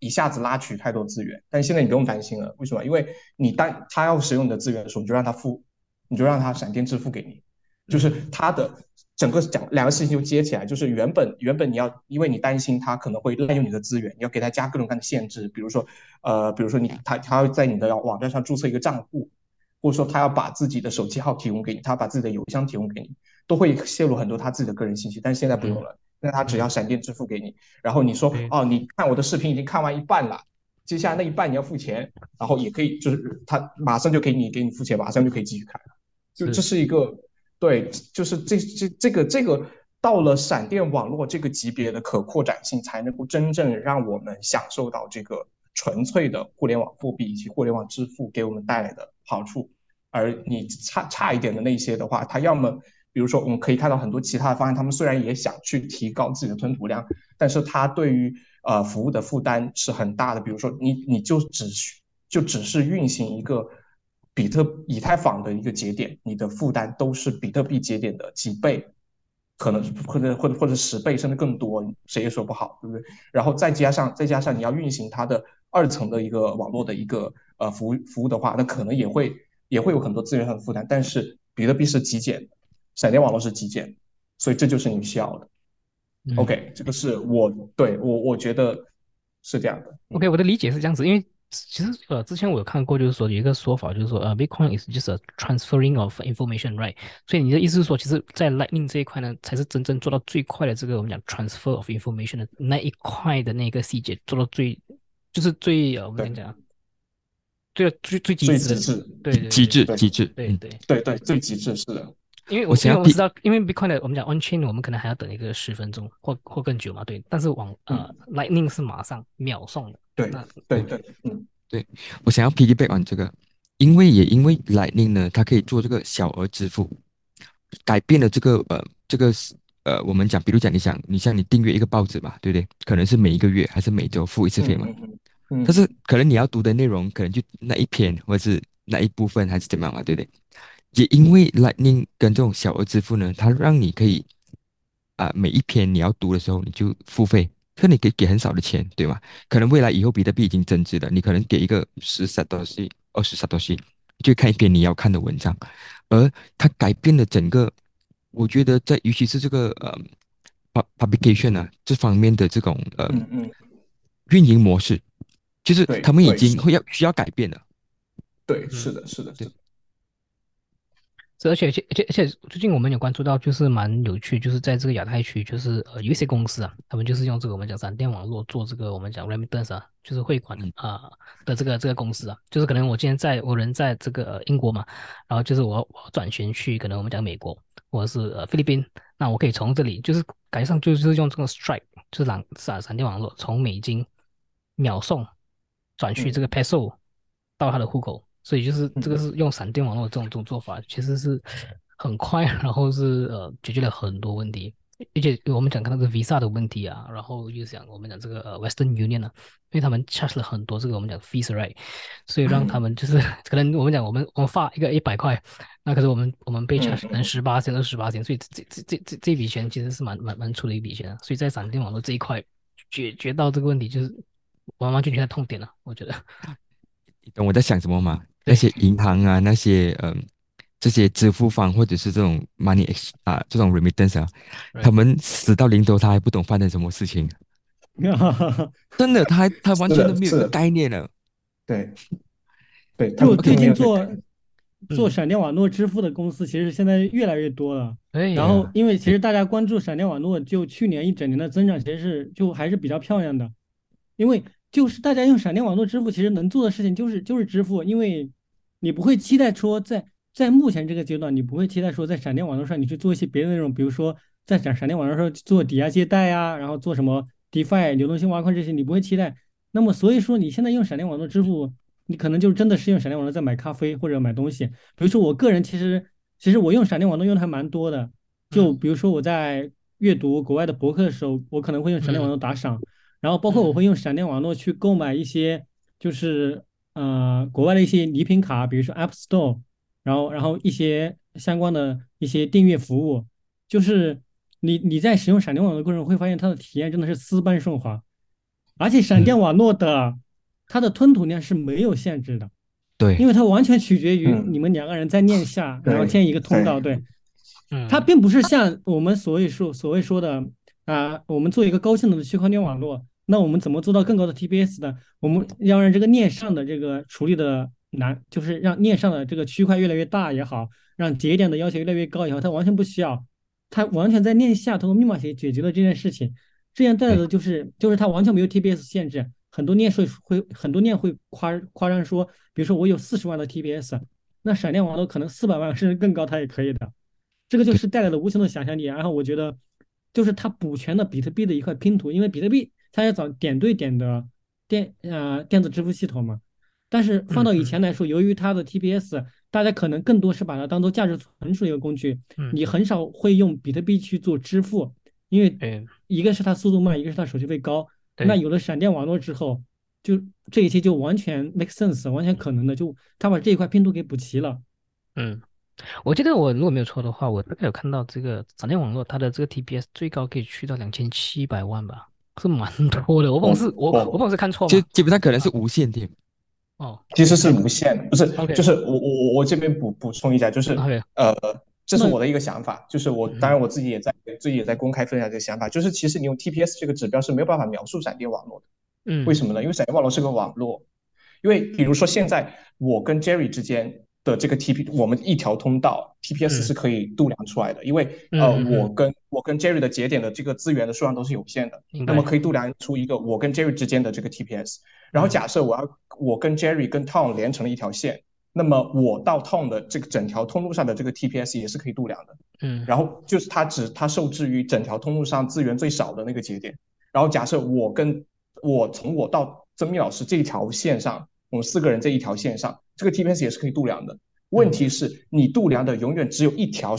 一下子拉取太多资源。但现在你不用担心了，为什么？因为他要使用你的资源的时候，你就让他闪电支付给你，就是他的整个两个事情就接起来，就是原本你要，因为你担心他可能会滥用你的资源，你要给他加各种各样的限制，比如说他要在你的网站上注册一个账户，或者说他要把自己的手机号提供给你，他要把自己的邮箱提供给你，都会泄露很多他自己的个人信息。但是现在不用了，那他只要闪电支付给你，然后你说对哦，你看我的视频已经看完一半了。接下来那一半你要付钱，然后也可以，就是他马上就给你付钱，马上就可以继续看了。就这是一个对，就是这个到了闪电网络这个级别的可扩展性，才能够真正让我们享受到这个纯粹的互联网货币以及互联网支付给我们带来的好处。而你差一点的那些的话，它要么比如说我们可以看到很多其他的方案，他们虽然也想去提高自己的吞吐量，但是它对于服务的负担是很大的。比如说你只是运行一个以太坊的一个节点，你的负担都是比特币节点的几倍，可能或者10倍甚至更多，谁也说不好，对不对？然后再加上你要运行它的2层的一个网络的一个服务的话，那可能也会有很多资源上的负担。但是比特币是极简的，闪电网络是极简的，所以这就是你需要的。OK，这个是我觉得是这样的。 OK，我的理解是这样子，因为其实之前我有看过，就是说有一个说法，就是说Bitcoin is just a transferring of information，right？所以你的意思是说，其实，在 Lightning 这一块呢，才是真正做到最快的这个我们讲 transfer of information 的那一块的那个细节做到就是最我们讲最极致的， 最极致， 对对极对致极致， 对， 对，最极致是的。 我想要因为我们知道，因为 Bitcoin 的我们讲 on chain，我们可能还要等一个10分钟或更久嘛，对。但是Lightning 是马上秒送的， 对那对， 对，我想要 piggyback on 这个，因为 Lightning 呢，它可以做这个小额支付，改变了我们讲，比如讲你订阅一个报纸嘛，对不对？可能是每一个月还是每周付一次费嘛，但是可能你要读的内容可能就那一篇或者是那一部分还是怎么样嘛，对不对？也因为 Lightning 跟这种小额支付呢，它让你可以每一篇你要读的时候你就付费，可你给很少的钱，对吗？可能未来以后比特币已经增值了，你可能给一个10 satoshi、20 satoshi，就看一篇你要看的文章，而它改变了整个，我觉得尤其是这个publication 啊这方面的这种运营模式，就是对他们已对经需要改变了。 对，是的，是的，是的。 而且最近我们有关注到，就是蛮有趣，就是在这个亚太区，就是有一些公司啊，他们就是用这个我们讲闪电网络做这个我们讲 remittance 啊，就是汇款的这个公司啊，就是可能我今天我人在这个英国嘛，然后就是我转权去可能我们讲美国或者是菲律宾，那我可以从这里就是改上就是用这个 Stripe，就是闪电网络从美金秒送转去这个 peso 到他的户口。所以就是这个是用闪电网络这种做法，其实是很快，然后是解决了很多问题，而且我们讲看到这个 Visa 的问题啊，然后又想我们讲这个Western Union 啊，因为他们 charge 了很多这个我们讲 fees right，所以让他们就是可能我们讲我们发一个100块，那可是我们被 charge 可能18仙28仙，所以这笔钱其实是蛮出的一笔钱啊，所以在闪电网络这一块解决到这个问题，就是完完全全的痛点了，我觉得。 你懂我在想什么吗？那对些银行啊，那些这些支付方或者是这种 这种 remittance 啊，他 ，right， 们死到临头，他还不懂发生什么事情，真的，他完是的， 全都没有一个是的， 概念了。 对对，他就最们没有这个近做概念。 做闪电网络支付的公司，其实现在越来越多了。然后， 对呀， 因为其对， 实大家关注闪电网络，就去年一整年的增长，其实就还是比较漂亮的。因为就是大家用闪电网络支付，其实能做的事情就是支付，因为你不会期待说在目前这个阶段，你不会期待说在闪电网络上你去做一些别的内容，比如说在闪电网络上做抵押借贷啊，然后做什么 DeFi 流动性挖矿这些，你不会期待。那么所以说你现在用闪电网络支付，你可能就真的是用闪电网络在买咖啡或者买东西。比如说我个人其实我用闪电网络用的还蛮多的，就嗯比如说我在阅读国外的博客的时候，我可能会用闪电网嗯络打赏。然后包括我会用闪电网络去购买一些就是国外的一些礼品卡，比如说 App Store，然后一些相关的一些订阅服务，就是你在使用闪电网络的过程中会发现它的体验真的是丝般顺滑。 而且闪电网络的它的吞吐量是没有限制的，因对， 为它完全取决于你嗯， 们2个人在链下，然后对建一个通道。 对， 对，它嗯并不是像我们所谓说的我们做一个高性能的区块链网络，那我们怎么做到更高的 TPS 呢？我们要让这个链上的这个处理的难，就是让链上的这个区块越来越大也好，让节点的要求越来越高也好，它完全不需要，它完全在链下通过密码学解决了这件事情。这样带来对， 的就是它完全没有 TPS 限制，很多链会夸张说，比如说我有40万的 TPS，那闪电网络可能400万甚至更高，它也可以的。这个就对， 是带来了无穷的想象力。然后我觉得，就是它补全了比特币的一块拼图，因为比特币它要找点对点的电子支付系统嘛。但是放到以嗯嗯前来说，由于它的 TPS，大家可能更多是把它当做价值存储的一个工具， 嗯， 你很少会用比特币去做支付，因为对一个是它速度慢，一个是它手续费高。那对， 有了闪电网络之后，就这一切就完全 make sense，完全可能的，就它把这一块拼图给补齐了。 嗯。我记得我如果没有错的话，我大概有看到这个闪电网络，它的这个 TPS 最高可以去到2700万吧，是蛮多的。我不懂是我不懂是看错吗？ 基本上可能是啊， 无限点。 哦其实是 ，OK 无限的，不是，就 OK 是我这边补充一下，就是 OK， 呃，这是那我的一个想法，就是当嗯然我自己也在公开分享这个想法，就是其实你用 TPS 这个指标是没有办法描述闪电网络的，为嗯什么呢？因为闪电网络是个网络，因为比如说现在我跟 Jerry 之间的这个 我们一条通道 TPS 嗯是可以度量出来的，因为嗯嗯嗯， 我跟 Jerry 的节点的这个资源的数量都是有限的， 明白。 那么可以度量出一个我跟 Jerry 之间的这个 TPS。然后嗯假设我跟 Jerry 跟 Tom 连成了一条线，那么我到 Tom 的这个整条通路上的这个 TPS 也是可以度量的。 嗯然后就是它受制于整条通路上资源最少的那个节点。然后假设从我到曾密老师这一条线上，我们4个人这一条线上，这个 TPS 也是可以度量的。问嗯题是你度量的永远只有一条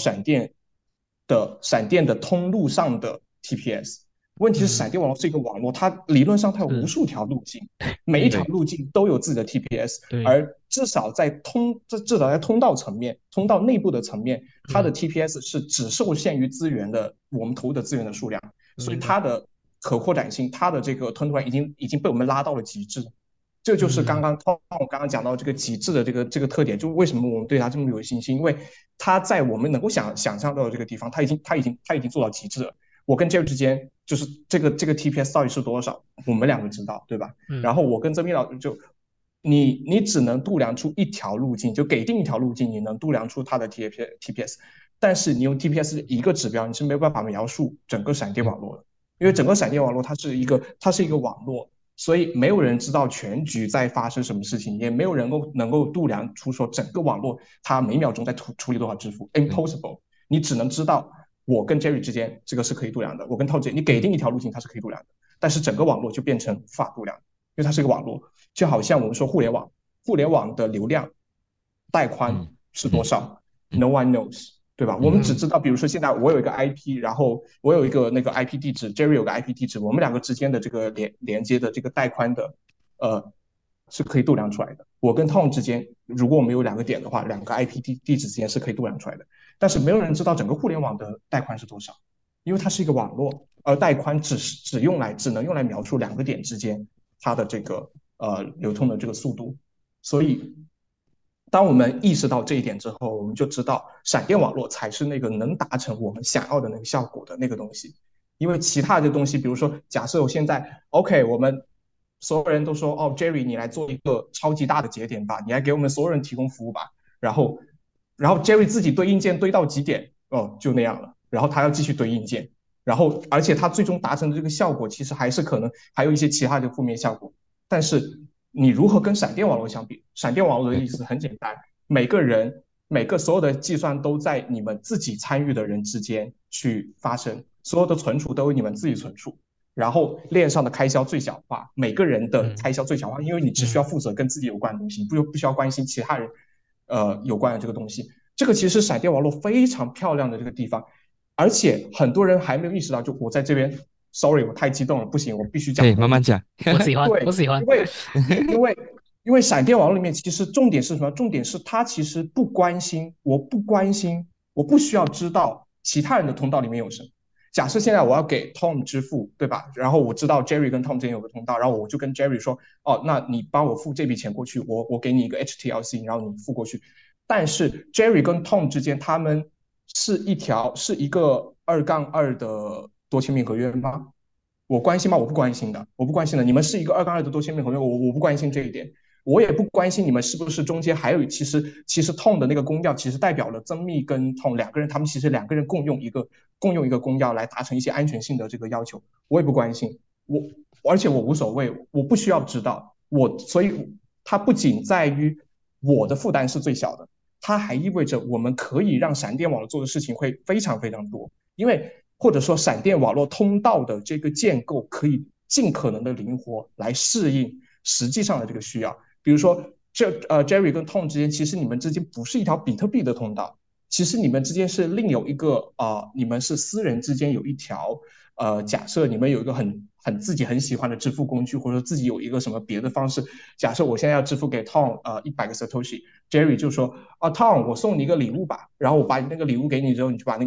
闪电的通路上的 TPS。问题是嗯， 闪电网络是一个网络，它理论上它有无是， 数条路径，每一对条对， 路径都有自己的 TPS， 对， 而至少在通道层面、通道内部的层面，它的嗯， TPS 是只受限于我们投入的资源的数量，所以明白。 它的可扩展性，它的这个吞吐量已经被我们拉到了极致。这就是嗯我刚刚讲到这个极致的这个特点，就是为什么我们对它这么有信心，因为它在我们能够想象到的这个地方，它已经做到极致了。我跟 Jerry 之间就是这个 TPS 到底是多少，我们2个知道，对吧？然嗯后我跟曾斌老师你只能度量出一条路径，就给定一条路径，你能度量出它的 TPS，但是你用 TPS 一个指标，你是没有办法描述整个闪电对， 网络的，因为整个闪电网络它是一个网络，所以没有人知道全局在发生什么事情，也没有人能够度量出说整个网络它每秒钟在处理多少支付对， ，impossible。你只能知道我跟 Jerry 之间这个是可以度量的，我跟 Tom 之间你给定一条路径它是可以度量的，但是整个网络就变成无法度量，因为它是一个网络，就好像我们说互联网的流量带宽嗯是多嗯少嗯 ，No one knows。对吧？我嗯们只知道，比如说现在我有一个 IP，然后我有一个那个 IP 地址，Jerry 有个 IP 地址，我们2个之间的这个连接的这个带宽的，是可以度量出来的。我跟 Tom 之间，如果我们有2个点的话，2个 IP 地址之间是可以度量出来的。但是没有人知道整个互联网的带宽是多少，因为它是一个网络，而带宽只能用来描述2个点之间它的这个流通的这个速度。所以，当我们意识到这一点之后，我们就知道闪电网络才是那个能达成我们想要的那个效果的那个东西。因为其他的东西，比如说，假设我现在 OK，我们所有人都说哦，Jerry，你来做一个超级大的节点吧，你来给我们所有人提供服务吧。然后 Jerry 自己堆硬件堆到极点，哦，就那样了。然后他要继续堆硬件，然后而且他最终达成的这个效果，其实还是可能还有一些其他的负面效果。但是你如何跟闪电网络相比？闪电网络的对， 意思很简单，每个所有的计算都在你们自己参与的人之间去发生，所有的存储都由你们自己存储。然后链上的开销最小化，每个人的嗯开销最小化，因为你只需要嗯负责跟自己有关的东西，不需要关心其他人，有关的这个东西。这个其实是闪电网络非常漂亮的这个地方，而且很多人还没有意识到。就我在这边，sorry，我太激动了，不行，我必须可以讲多一句。 慢慢讲。 我喜欢， 对， 我喜欢。 因为因为因为闪电网络里面其实重点是什么？重点是它其实不关心，我不需要知道其他人的通道里面有什么， 假设现在我要给 Tom 支付，对吧？然后我知道 Jerry 跟 Tom 之间有个通道，然后我就跟 Jerry 说，哦，那你帮我付这笔钱过去，我给你一个 HTLC，然后你付过去。但是 Jerry 跟 Tom 之间，他们是一个2-2的多签名合约吗？我关心吗？我不关心的，我不关心的。你们是一个2-2的多签名合约，我不关心这一点。我也不关心你们是不是中间还有，其实 Tom 的那个公钥其实代表了曾密跟 Tom 两个人，他们其实两个人共用一个公钥来达成一些安全性的这个要求，我也不关心，而且我无所谓，我不需要知道，所以它不仅在于我的负担是最小的，它还意味着我们可以让闪电网络做的事情会非常非常多，因为或者说闪电网络通道的这个建构可以尽可能的灵活来适应实际上的这个需要。比如说Jerry 跟 Tom 之间，其实你们之间不是一条比特币的通道，其实你们之间是另有一个你们是私人之间有一条假设你们有一个自己很喜欢的支付工具，或者说自己有一个什么别的方式，假设我现在要支付给 Tom 100个 Satoshi，Jerry 就说Tom 我送你一个礼物吧，然后我把那个礼物给你之后，你就把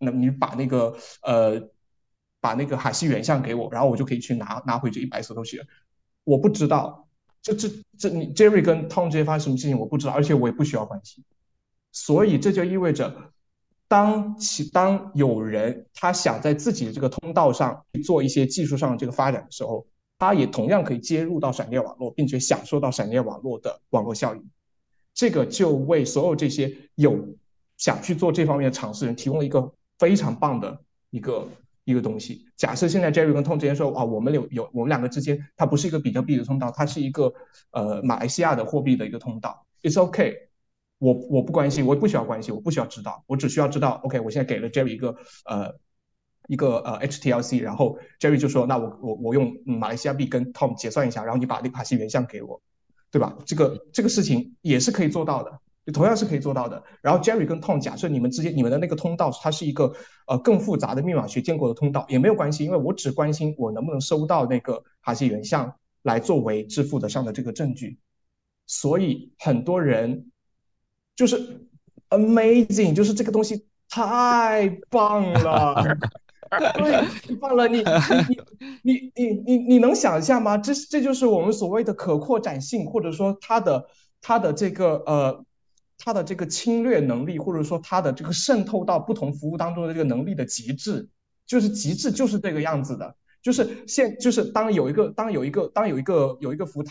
那个哈希原像给我，然后我就可以去拿回这100 Satoshi 了。我不知道，你 Jerry 跟 Tom 之间发生什么事情我不知道，而且我也不需要关心。所以这就意味着，当有人他想在自己的这个通道上做一些技术上的这个发展的时候，他也同样可以接入到闪电网络，并且享受到闪电网络的网络效应。这个就为所有这些想去做这方面的尝试人提供了一个非常棒的一个东西。假设现在 Jerry 跟 Tom 之间说我们两个之间，它不是一个比特币的通道，它是一个马来西亚的货币的一个通道。It's okay，我不关心，我不需要关心，我不需要知道，我只需要知道 OK， 我现在给了 Jerry 一个HTLC， 然后 Jerry 就说那我用马来西亚币跟 Tom 结算一下，然后你把那个卡西原像给我，对吧？这个事情也是可以做到的。同样是可以做到的。然后 Jerry 跟 Tom 假设你们之间你们的那个通道它是一个更复杂的密码学建构的通道也没有关系，因为我只关心我能不能收到那个哈希原像来作为支付的上的这个证据。所以很多人就是 amazing， 就是这个东西太棒了。对，太棒了！你能想象吗？这就是我们所谓的可扩展性，或者说它的这个它的这个侵略能力，或者说它的这个渗透到不同服务当中的这个能力的极致，就是极致就是这个样子的。就是当有一个服务，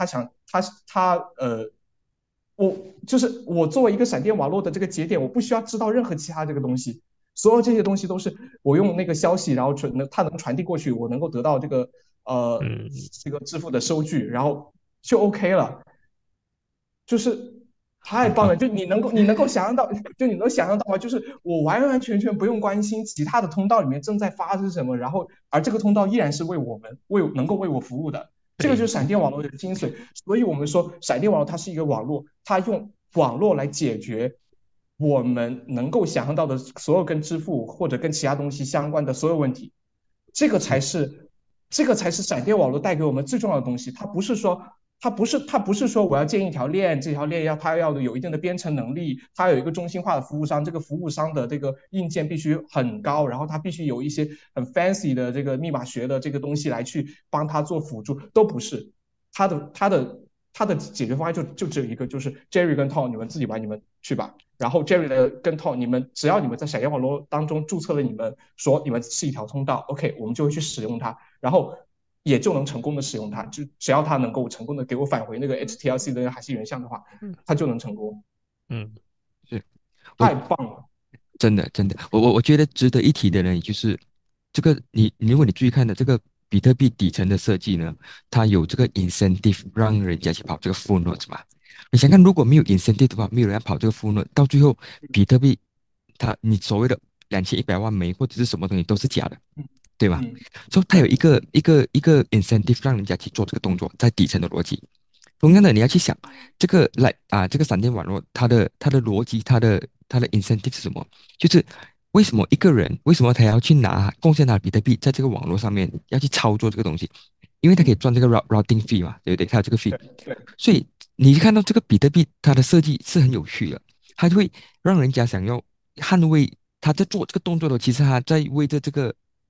我作为一个闪电网络的这个节点，我不需要知道任何其他这个东西，所有这些东西都是我用那个消息，然后它能传递过去，我能够得到呃这个支付的收据，然后就 OK 了，就是太棒了，就你能够想象到，就你能想象到吗？就是我完完全全不用关心其他的通道里面正在发生什么，然后而这个通道依然是能够为我服务的。这个就是闪电网络的精髓，所以我们说闪电网络它是一个网络，它用网络来解决我们能够想象到的所有跟支付或者跟其他东西相关的所有问题，这个才是闪电网络带给我们最重要的东西。它不是说我要建一条链，这条链它要有一定的编程能力，它有一个中心化的服务商，这个服务商的这个硬件必须很高，然后它必须有一些很 fancy 的这个密码学的这个东西来去帮它做辅助，都不是。它的解决方案就只有一个，就是 Jerry 跟 Tom 你们自己玩，你们去吧。然后 Jerry 跟 Tom 只要你们在闪电网络当中注册了，你们说你们是一条通道 ，OK， 我们就会去使用它，然后也就能成功的使用它。就只要它能够成功的给我返回那个 HTLC 的哈希原像的话，它就能成功。 是太棒了。 真的，我觉得值得一提的呢，就是这个如果你注意看的这个比特币底层的设计呢，它有这个 incentive 让人家去跑这个 full node 嘛。你想看，如果没有 incentive 的话，没有人要跑这个 full node，到最后比特币你所谓的2100万枚或者是什么东西都是假的，对吗？所以它有一个incentive 让人家去做这个动作，在底层的逻辑。同样的，你要去想这个闪电网络它的逻辑，它的incentive 是什么？就是为什么一个人为什么他要去贡献他的比特币在这个网络上面要去操作这个东西？因为他可以赚这个 routing fee 嘛，对不对？他有这个 fee，所以你看到这个比特币它的设计是很有趣的，它会让人家想要捍卫他在做这个动作的，其实他在为着这个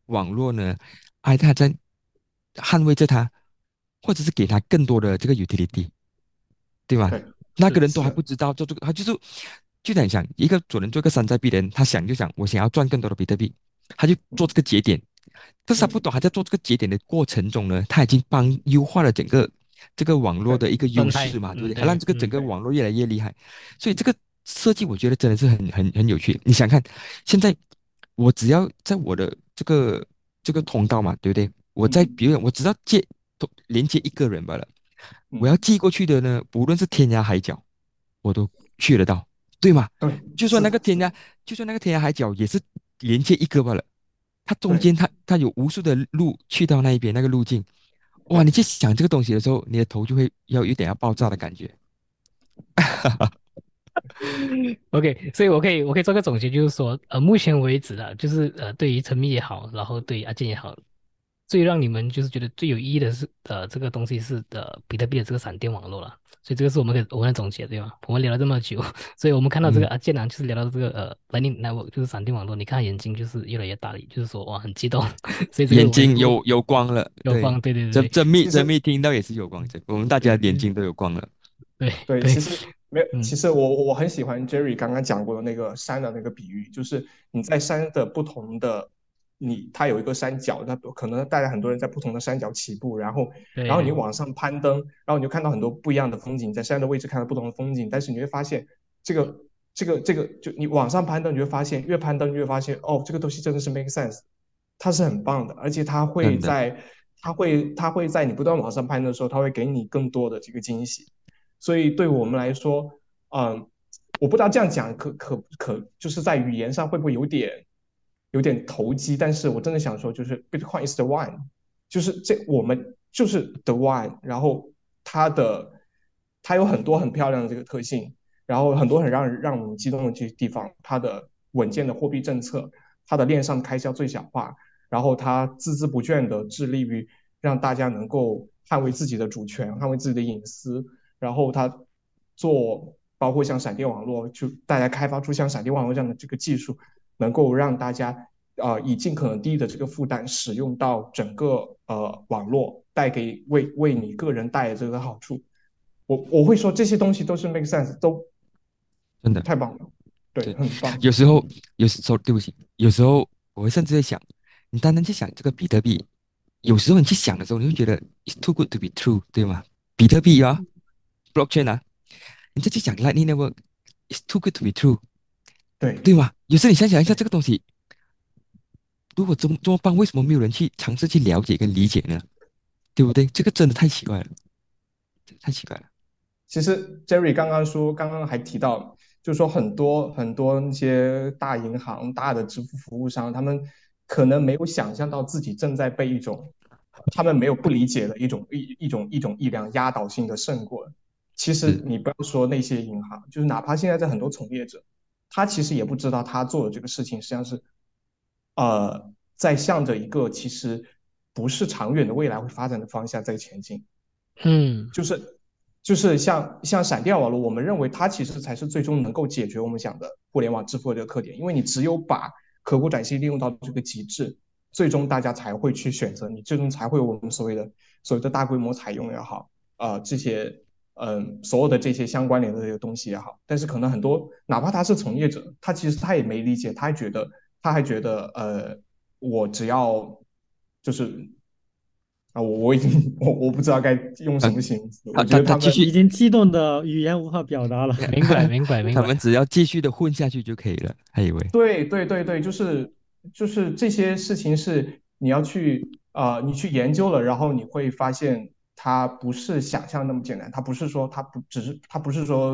网络呢，他在捍卫着它，或者是给它更多的这个 utility，对吗？ 对， 那个是人都还不知道做这个，他就在想一个可能做一个山寨币的人，他想就想我想要赚更多的比特币，他就做这个节点，但是他不懂，他在做这个节点的过程中呢，他已经优化了整个这个网络对， 的一个优生态， 势嘛，对不对？他让对， 这个整个对， 网络越来越厉害，所以这个设计我觉得真的是很有趣。你想看，现在我只要在我的这个通道嘛，对不对？我在嗯比如我只要连接一个人罢了，我要嗯， 寄过去的呢，不论是天涯海角，我都去得到，对吗？ 对， 就算是的， 那个天涯，就算那个天涯海角也是连接一个罢了，它中对间它有无数的路去到那一边那个路径，哇！你对。 去想这个东西的时候，你的头就会有点要爆炸的感觉。 OK，所以我可以做个总结，就是说，目前为止啊，就是对于陈密也好，然后对于阿健也好，最让你们就是觉得最有意义的是，这个东西是比特币的这个闪电网络了。所以这个是我们的总结，对吗？我们聊了这么久，所以我们看到这个嗯， 阿健呢，就是聊到这个Lightning Network，就是闪电网络，你看眼睛就是越来越大了，就是说哇很激动，所以这个眼我们就睛有光了，对， 有光，对对对其实真密听到也是有光，我们大家眼睛都有光了。 对对， 对对， 其实没有， 嗯其实我很喜欢 Jerry 刚刚讲过的那个山的那个比喻，就是你在山的不同的，它有一个山脚，那可能大家很多人在不同的山脚起步，然后你对往上攀登，然后你就看到很多不一样的风景，在山的位置看到不同的风景，但是你会发现这个就你往上攀登，你会发现越攀登越发现哦，这个东西真的是 make sense，它是很棒的，而且真的， 它会在你不断往上攀登的时候，它会给你更多的这个惊喜。所以对我们来说，我不知道这样讲就是在语言上会不会有点投机，但是我真的想说，就是 Bitcoin is the one，就是我们就是 the one，然后它的它有很多很漂亮的这个特性，然后很多很让我们激动的这些地方，它的稳健的货币政策，它的链上开销最小化，然后它孜孜不倦的致力于让大家能够捍卫自己的主权，捍卫自己的隐私，然后它包括像闪电网络，就大家开发出像闪电网络这样的这个技术，能够让大家以尽可能低的这个负担使用到整个网络，带给为你个人带来这个好处。我会说这些东西都是 make sense，都真的。 太棒了，对， 对， 很棒。 有时候，对不起，有时候我会甚至会想，你单单去想这个比特币，有时候你去想的时候，你会觉得 it's too good to be true，对吗？比特币啊，blockchain 啊，你再去想 Lightning Network，it's too good to be true， 对对吗？有时候你想想一下这对， 个东西，如果这么棒，为什么没有人去尝试去了解跟理解呢？对不对？这个真的太奇怪了，太奇怪了。 其实 Jerry 刚刚还提到，就是说很多那些大银行、大的支付服务商，他们可能没有想象到自己正在被一种他们没有不理解的一种力量压倒性的胜过。其实是， 你不要说那些银行，就是哪怕现在在很多从业者，他其实也不知道他做的这个事情实际上是在向着一个其实不是长远的未来会发展的方向在前进。 嗯就是像闪电网络，我们认为它其实才是最终能够解决我们讲的互联网支付的这个特点，因为你只有把可扩展性利用到这个极致，最终大家才会去选择你，最终才会有我们所谓的大规模采用也好，这些所有的这些相关联的这个东西也好，但是可能很多哪怕他是从业者，其实他也没理解，他还觉得我只要就是我已经我不知道该用什嗯， 么形容词，我他觉得他们他他继续， 已经激动的语言无法表达了。 明白明白明白， 他们只要继续的混下去就可以了，还以为对对对对，就是这些事情是你要去你去研究了，然后你会发现它不是想象那么简单，它不是说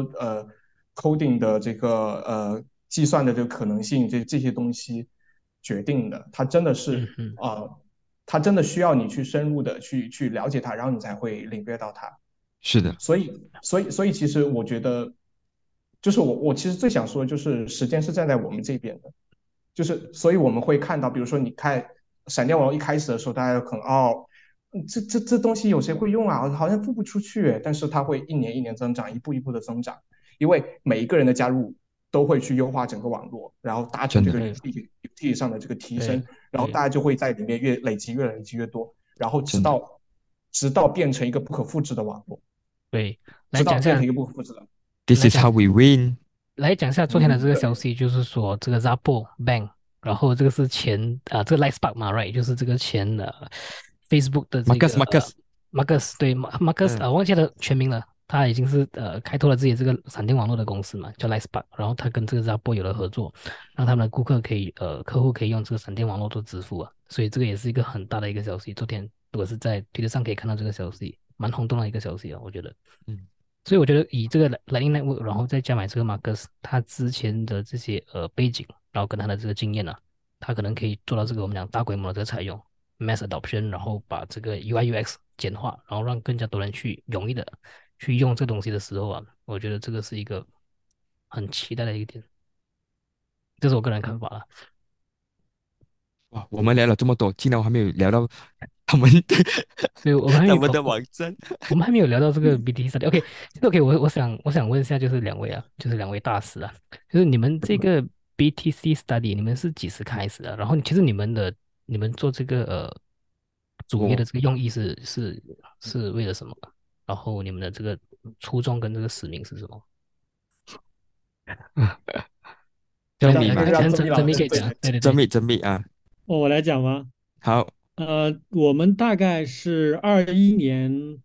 coding 的这个计算的这个可能性这些东西决定的， 嗯嗯它真的需要你去深入的去了解它，然后你才会领略到它。 是的， 所以其实我觉得，就是我其实最想说的就是时间是站在我们这边的，就是所以我们会看到，比如说你看闪电网络一开始的时候，大家可能这东西有谁会用啊？好像付不出去，但是它会一年一年增长，一步一步的增长，因为每一个人的加入都会去优化整个网络，然后达成这真的， 个对 utility 上的这个提升， 对然后大家就会在里面越累积越多，然后真的直到变成一个不可复制的网络， 对，来讲一下， 直到变成一个不可复制的。 ，This 来 is 讲 how we win。 来讲一下昨天的这个消对， 息，就是说这个 Zappo Bank，然后这个是这个 Lightspark 嘛，right，就是这个Facebook 的这个 Marcus， Marcus，对Marcus 嗯， 忘记他的全名了，他已经是开拓了自己这个闪电网络的公司嘛，叫 Lightspark，然后他跟这个 Zappo 有了合作，让他们的客户可以用这个闪电网络做支付啊，所以这个也是一个很大的一个消息。昨天如果是在推特上可以看到这个消息，蛮轰动的一个消息啊，我觉得。 嗯， 所以我觉得以这个 Lightning Network，然后再加买这个 Marcus，他之前的这些背景，然后跟他的这个经验呢、他可能可以做到这个我们讲大规模的这个采用 mass adoption，然后把这个 UI UX 简化，然后让更加多人去容易的去用这东西的时候啊，我觉得这个是一个很期待的一个点，这是我个人看法了。 哇，我们聊了这么多，竟然还没有聊到他们的所以我们还没有他们的网站。 我们还没有聊到这个 BT study。OK，我想问一下，就是两位啊，就是两位大师啊，就是你们这个 BTC study，你们是几时开始的？然后其实你们做这个主业的我这个用意是为了什么？然后你们的这个初衷跟这个使命是什么？就真理嘛， 可能曾真密老师对可以讲，对对对， 真密真密啊。 我来讲吗？ 好， 我们大概是21年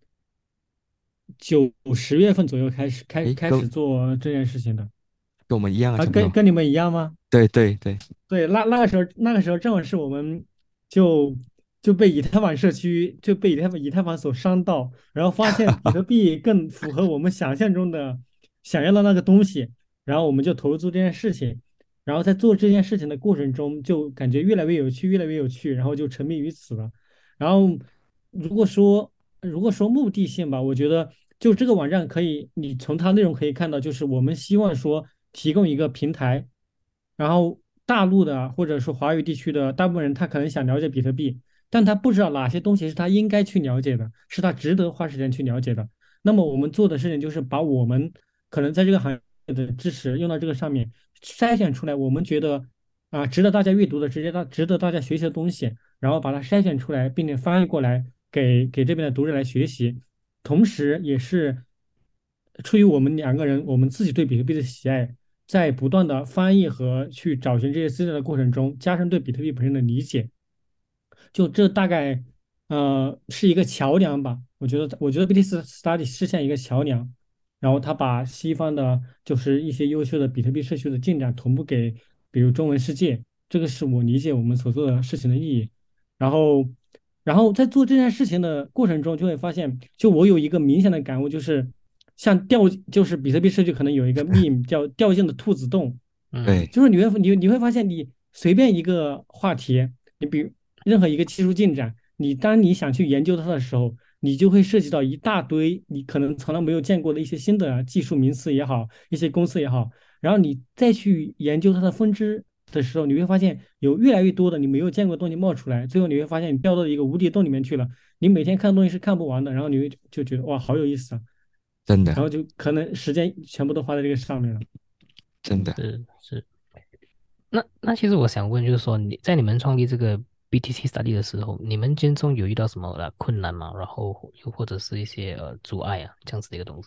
9、10月份左右诶， 开始做这件事情的跟我们一样啊， 啊， 差不多。 跟你们一样吗？ 对对对， 对，那个时候正好是我们就就被以太坊所伤到，然后发现比特币更符合我们想象中的想要的那个东西，然后我们就投入做这件事情，然后在做这件事情的过程中，就感觉越来越有趣，越来越有趣，然后就沉迷于此了。然后如果说目的性吧，我觉得就这个网站可以，你从它内容可以看到，就是我们希望说提供一个平台。然后大陆的或者说华语地区的大部分人，他可能想了解比特币，但他不知道哪些东西是他应该去了解的，是他值得花时间去了解的。那么我们做的事情就是把我们可能在这个行业的知识用到这个上面，筛选出来我们觉得值得大家阅读的，值得大家学习的东西，然后把它筛选出来，并且翻译过来给这边的读者来学习。同时，也是出于我们两个人我们自己对比特币的喜爱。在不断的翻译和去找寻这些资料的过程中，加深对比特币本身的理解，就这大概是一个桥梁吧。我觉得 BTC Study 实现一个桥梁，然后他把西方的就是一些优秀的比特币社区的进展同步给比如中文世界，这个是我理解我们所做的事情的意义。然后在做这件事情的过程中，就会发现，就我有一个明显的感悟，就是就是比特币社区可能有一个 meme 叫掉进的兔子洞， 嗯对， 就是你会发现，你随便一个话题，你比如任何一个技术进展，当你想去研究它的时候，你就会涉及到一大堆你可能从来没有见过的一些新的技术名词也好，一些公司也好，然后你再去研究它的分支的时候，你会发现有越来越多的你没有见过的东西冒出来，最后你会发现你掉到一个无底洞里面去了。你每天看的东西是看不完的，然后你就觉得哇，好有意思啊， 真的然后就可能时间全部都花在这个上面了。 真的。 是。那其实我想问，就是说你们创立这个 BTC Study 的时候，你们间中有遇到什么困难吗？然后又或者是一些阻碍啊，这样子的一个东西。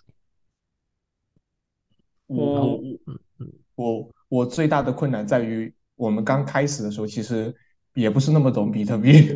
然后我我我最大的困难在于，我们刚开始的时候其实也不是那么懂比特币，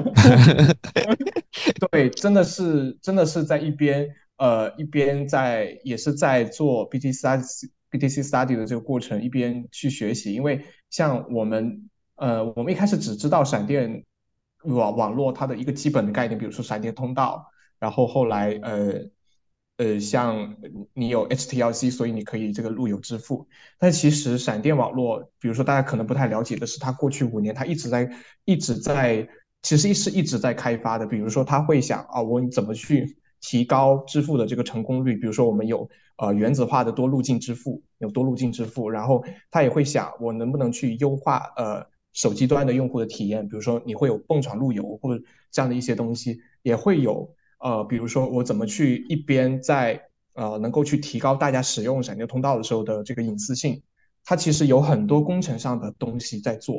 对，真的是在一边也是在做 BTC study 的这个过程，一边去学习。因为像我们一开始只知道闪电网络它的一个基本的概念，比如说闪电通道，然后后来像你有 HTLC，所以你可以这个路由支付。但其实闪电网络，比如说大家可能不太了解的是，它过去5年它一直在，其实是一直在开发的。比如说他会想啊，我怎么去提高支付的这个成功率？比如说我们有原子化的多路径支付，然后他也会想我能不能去优化手机端的用户的体验，比如说你会有蹦床路由或者这样的一些东西，也会有比如说我怎么去一边在能够去提高大家使用闪电通道的时候的这个隐私性，它其实有很多工程上的东西在做。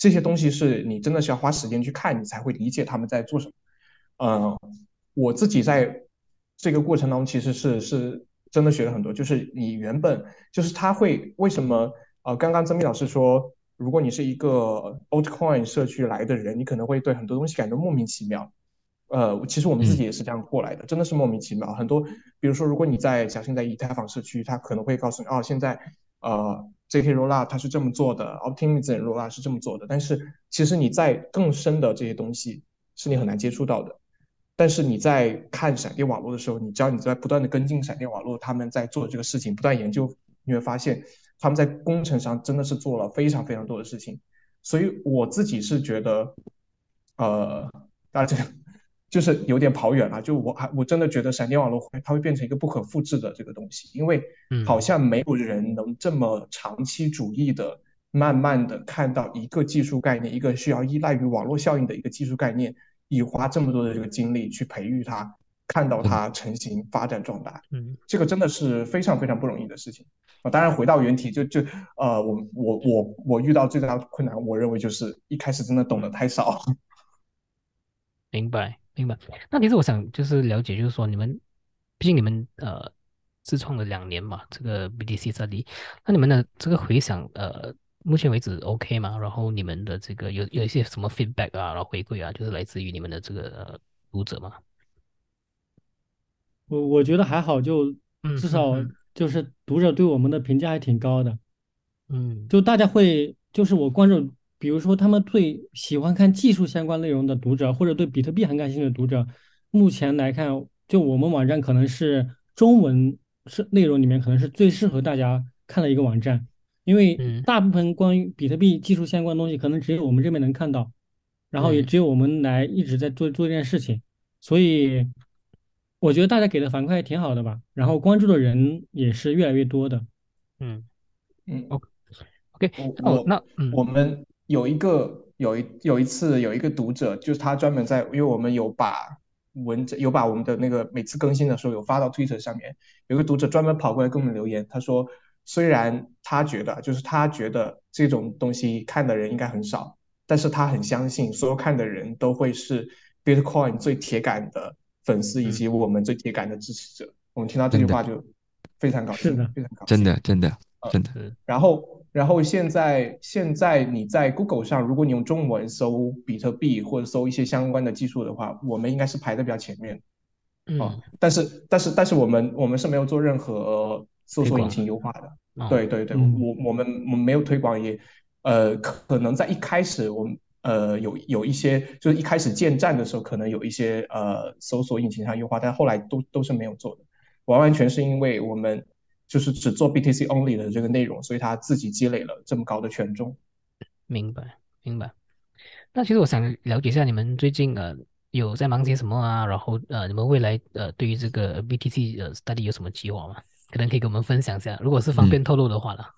这些东西是你真的是要花时间去看，你才会理解他们在做什么。我自己在这个过程当中其实是真的学了很多，就是你原本就是他会为什么刚刚曾斌老师说，如果你是一个 altcoin 社区来的人，你可能会对很多东西感到莫名其妙。其实我们自己也是这样过来的，真的是莫名其妙。很多，比如说，如果你在假设在以太坊社区，他可能会告诉你，哦，现在JK Rollup 它是这么做的，Optimism Rollup 是这么做的，但是其实你在更深的这些东西是你很难接触到的。但是你在看闪电网络的时候，只要你在不断的跟进闪电网络他们在做这个事情，不断研究，你会发现他们在工程上真的是做了非常非常多的事情。所以我自己是觉得，大家就是有点跑远了。就我真的觉得闪电网络它会变成一个不可复制的这个东西，因为好像没有人能这么长期主义的、慢慢的看到一个技术概念，一个需要依赖于网络效应的一个技术概念，以花这么多的这个精力去培育它，看到它成型、发展壮大。这个真的是非常非常不容易的事情。当然回到原题，我遇到最大的困难，我认为就是一开始真的懂得太少。 明白，明白。那其实我想就是了解，就是说你们，毕竟你们自创了2年嘛，这个 BTC study，那你们的这个回响目前为止 OK 吗？然后你们的这个有一些什么 feedback 啊，然后回馈啊，就是来自于你们的这个读者吗？ 我觉得还好，就至少嗯嗯嗯就是读者对我们的评价还挺高的。 嗯就大家会，就是我关注，比如说他们对喜欢看技术相关内容的读者，或者对比特币很感兴趣的读者，目前来看，就我们网站可能是中文是内容里面可能是最适合大家看的一个网站，因为嗯大部分关于比特币技术相关的东西，可能只有我们这边能看到，然后也嗯只有我们来一直在做这件事情，所以我觉得大家给的反馈还挺好的吧，然后关注的人也是越来越多的。 嗯嗯， ，OK OK， 我哦， 我我们有一次有一个读者，就是他专门在，因为我们有把我们的那个每次更新的时候有发到 Twitter 上面，有个读者专门跑过来跟我们留言，他说虽然他觉得这种东西看的人应该很少，但是他很相信所有看的人都会是 Bitcoin 最铁杆的粉丝以嗯及我们最铁杆的支持者。我们听到这句真的， 话就非常高兴， 是的。 非常高兴。 真的，真的，真的， 是然后现在你在 Google 上，如果你用中文搜比特币或者搜一些相关的技术的话，我们应该是排的比较前面哦。 嗯但是我们是没有做任何搜索引推广擎优化的。 哦对对对， 嗯。 我们没有推广，也可能在一开始我们有一些就是一开始建站的时候可能有一些搜索引擎上优化，但后来都是没有做的，完完全是因为我们就是只做 BTC only 的这个内容，所以他自己积累了这么高的权重。 明白明白。那其实我想了解一下你们最近有在忙些什么啊？然后你们未来对于这个 BTC study 有什么计划吗？可能可以跟我们分享一下，如果是方嗯便透露的话了。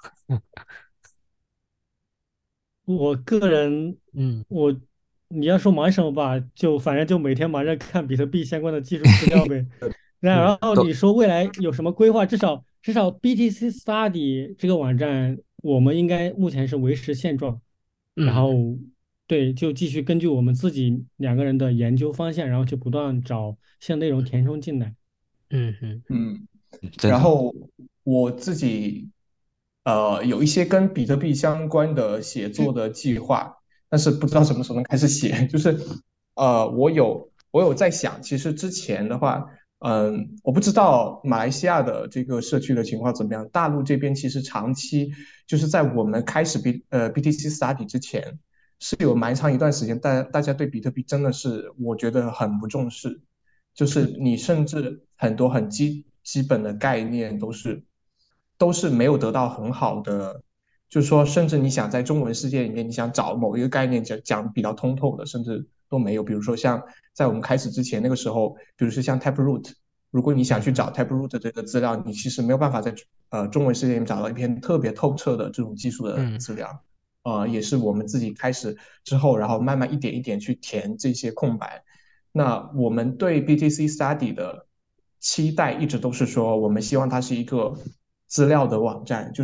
我个人， 嗯我你要说忙什么吧，就反正就每天忙着看比特币相关的技术资料呗。 嗯然后都你说未来有什么规划？至少 BTC Study 这个网站，我们应该目前是维持现状。然嗯后对，就继续根据我们自己两个人的研究方向，然后去不断找新的内容填充进来。 嗯嗯嗯， 真好， 然后我自己有一些跟比特币相关的写作的计划，但是不知道什么时候能开始写。就是我有在想，其实之前的话，我不知道马来西亚的这个社区的情况怎么样。大陆这边其实长期就是在我们开始BTC Study 之前，是有蛮长一段时间，大家对比特币真的是我觉得很不重视。就是你甚至很多很基本的概念都是没有得到很好的，就是说，甚至你想在中文世界里面，你想找某一个概念讲比较通透的，甚至都没有。比如说像在我们开始之前那个时候，比如说像 Taproot，如果你想去找嗯 Taproot 这个资料，你其实没有办法在中文世界里面找到一篇特别透彻的这种技术的嗯资料。也是我们自己开始之后，然后慢慢一点一点去填这些空白。那我们对 BTC Study 的期待一直都是说，我们希望它是一个资料的网站，就是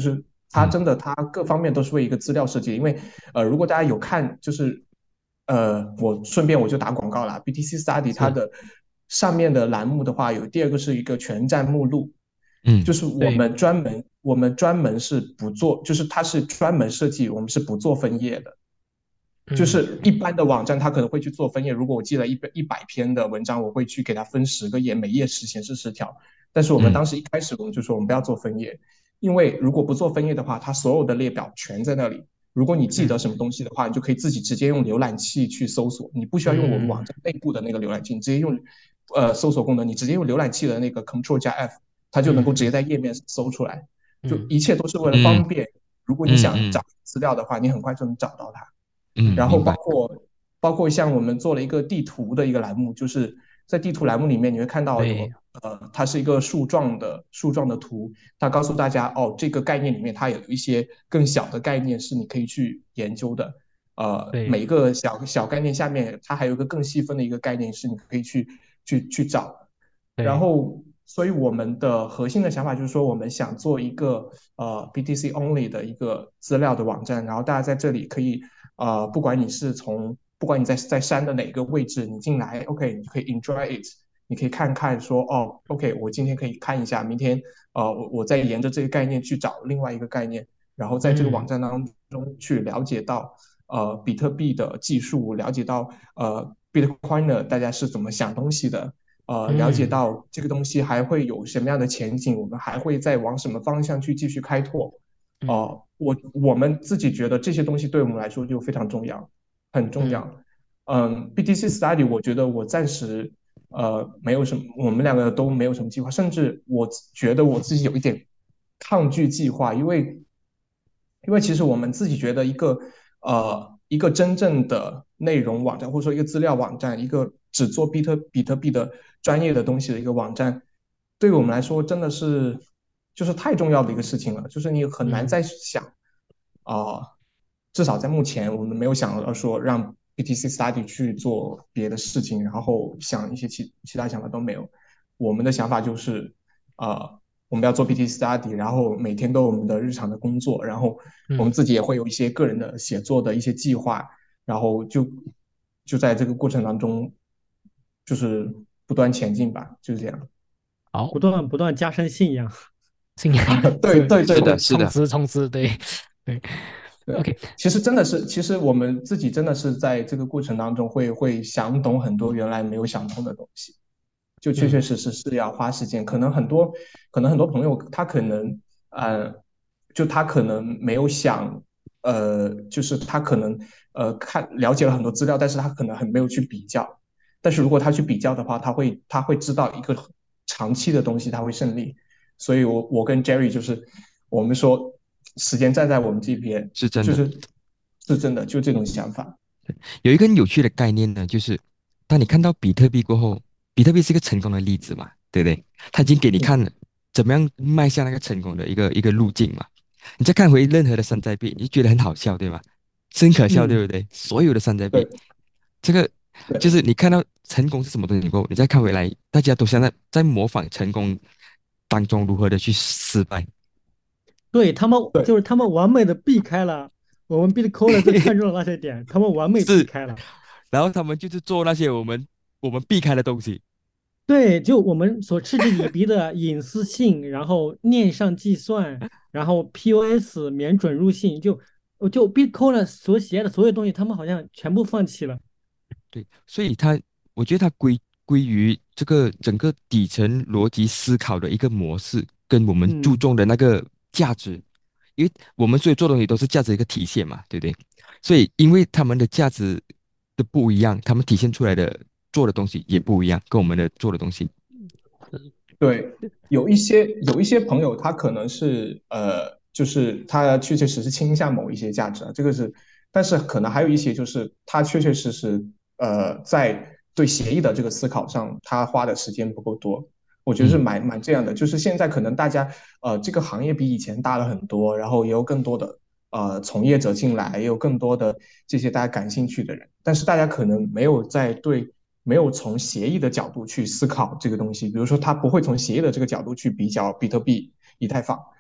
它各方面都是为一个资料设计的。因为如果大家有看，就是我顺便我就打广告啦，BTC Study 它是， 的上面的栏目的话，有第二个是一个全站目录，就嗯是对， 我们专门是不做，就是它是专门设计，我们是不做分页的。就嗯是一般的网站，它可能会去做分页。如果我记了100篇的文章，我会去给它分10个页，每页显示10条。但是我们嗯当时一开始我们就说我们不要做分页，因为如果不做分页的话，它所有的列表全在那里。如果你记得嗯什么东西的话，你就可以自己直接用浏览器去搜索，你不需要用我们网嗯站内部的那个浏览器，你直接用搜索功能，你直接用浏览器的那个 Ctrl 加 F，它就能够直接嗯在页面搜出来。就嗯一切都是为了嗯方便。如果你想找嗯嗯资料的话，你很快就能找到它。 嗯， 然后明白。 包括像我们做了一个地图的一个栏目，就是在地图栏目里面你会看到对， 它是一个树状的图，它告诉大家哦，这个概念里面它有一些更小的概念是你可以去研究的。 对， 每一个小概念下面它还有一个更细分的一个概念是你可以去找。然对， 后，所以我们的核心的想法就是说，我们想做一个BTC only 的一个资料的网站，然后大家在这里可以不管你在山的哪个位置，你进来，OK，你可以 enjoy it，你可以看看说哦，OK，我今天可以看一下，明天我再沿着这个概念去找另外一个概念，然后在这个网嗯站当中去了解到比特币的技术，了解到Bitcoiner 大家是怎么想东西的。了解嗯到这个东西还会有什么样的前景，我们还会再往什么方向去继续开拓。 嗯我们自己觉得这些东西对我们来说就非常重要，很重嗯要。BTC Study，我觉得我暂时没有什么，我们两个都没有什么计划，甚至我觉得我自己有一点抗拒计划，因为其实我们自己觉得一个真正的内容网站，或者说一个资料网站，一个只做比特币的专业的东西的一个网站，对于我们来说真的是就是太重要的一个事情了，就是你很难嗯再想至少在目前我们没有想到说让 BTC Study 去做别的事情，然后想一些其他想法都没有。我们的想法就是我们要做 BTC Study，然后每天都有我们的日常的工作，然后我们嗯， 自己也会有一些个人的写作的一些计划，然后就在这个过程当中，就是不断前进吧，就是这样。 好， 不断加深信仰。 信仰， 对是是的， 对对对是的。 充值，对对对， ，OK， 其实真的是，其实我们自己真的是在这个过程当中会想懂很多原来没有想通的东西，就确确嗯实实是要花时间。可能很多朋友他可能呃，就他可能没有想就是他可能了解了很多资料，但是他可能很没有去比较。但是如果他去比较的话，他会知道一个长期的东西他会胜利。所以我跟 Jerry 就是我们说时间站在我们这边， 是真的。 就是是真的，就这种想法。 有一个很有趣的概念呢，就是当你看到比特币过后，比特币是一个成功的例子嘛，对不对？它已经给你看嗯了怎么样迈向那个成功的一个路径嘛。你再看回任何的山寨币，你就觉得很好笑，对吧？是很可笑，对嗯， 不对？所有的山寨币， 对这个就对是你看到成功是什么东西过后，你再看回来，大家都现在模仿成功当中如何的去失败。 对， 对， 就是他们完美的避开了我们 Bitcoin 最看重的那些点，他们完美避是， 开了。 然后他们就是做那些我们避开的东西。 对，就我们所嗤之以鼻的隐私性，然后链上计算，然后 POS 免准入信，就 Bitcoin 所喜爱的所有东西，他们好像全部放弃了。 对，所以我觉得它归于这个整个底层逻辑思考的一个模式，跟我们注嗯。 重的那个价值，因为我们所有做东西都是价值的一个体现嘛，对不对？所以因为他们的价值的不一样，他们体现出来的做的东西也不一样，跟我们的做的东西。 对，有一些朋友，他可能是就是他确确实实倾向某一些价值啊，这个是，但是可能还有一些就是他确确实实在对协议的这个思考上，他花的时间不够多。我觉得是嗯蛮这样的，就是现在可能大家这个行业比以前大了很多，然后也有更多的从业者进来，也有更多的这些大家感兴趣的人，但是大家可能没有从协议的角度去思考这个东西，比如说他不会从协议的这个角度去比较比特币、以太坊，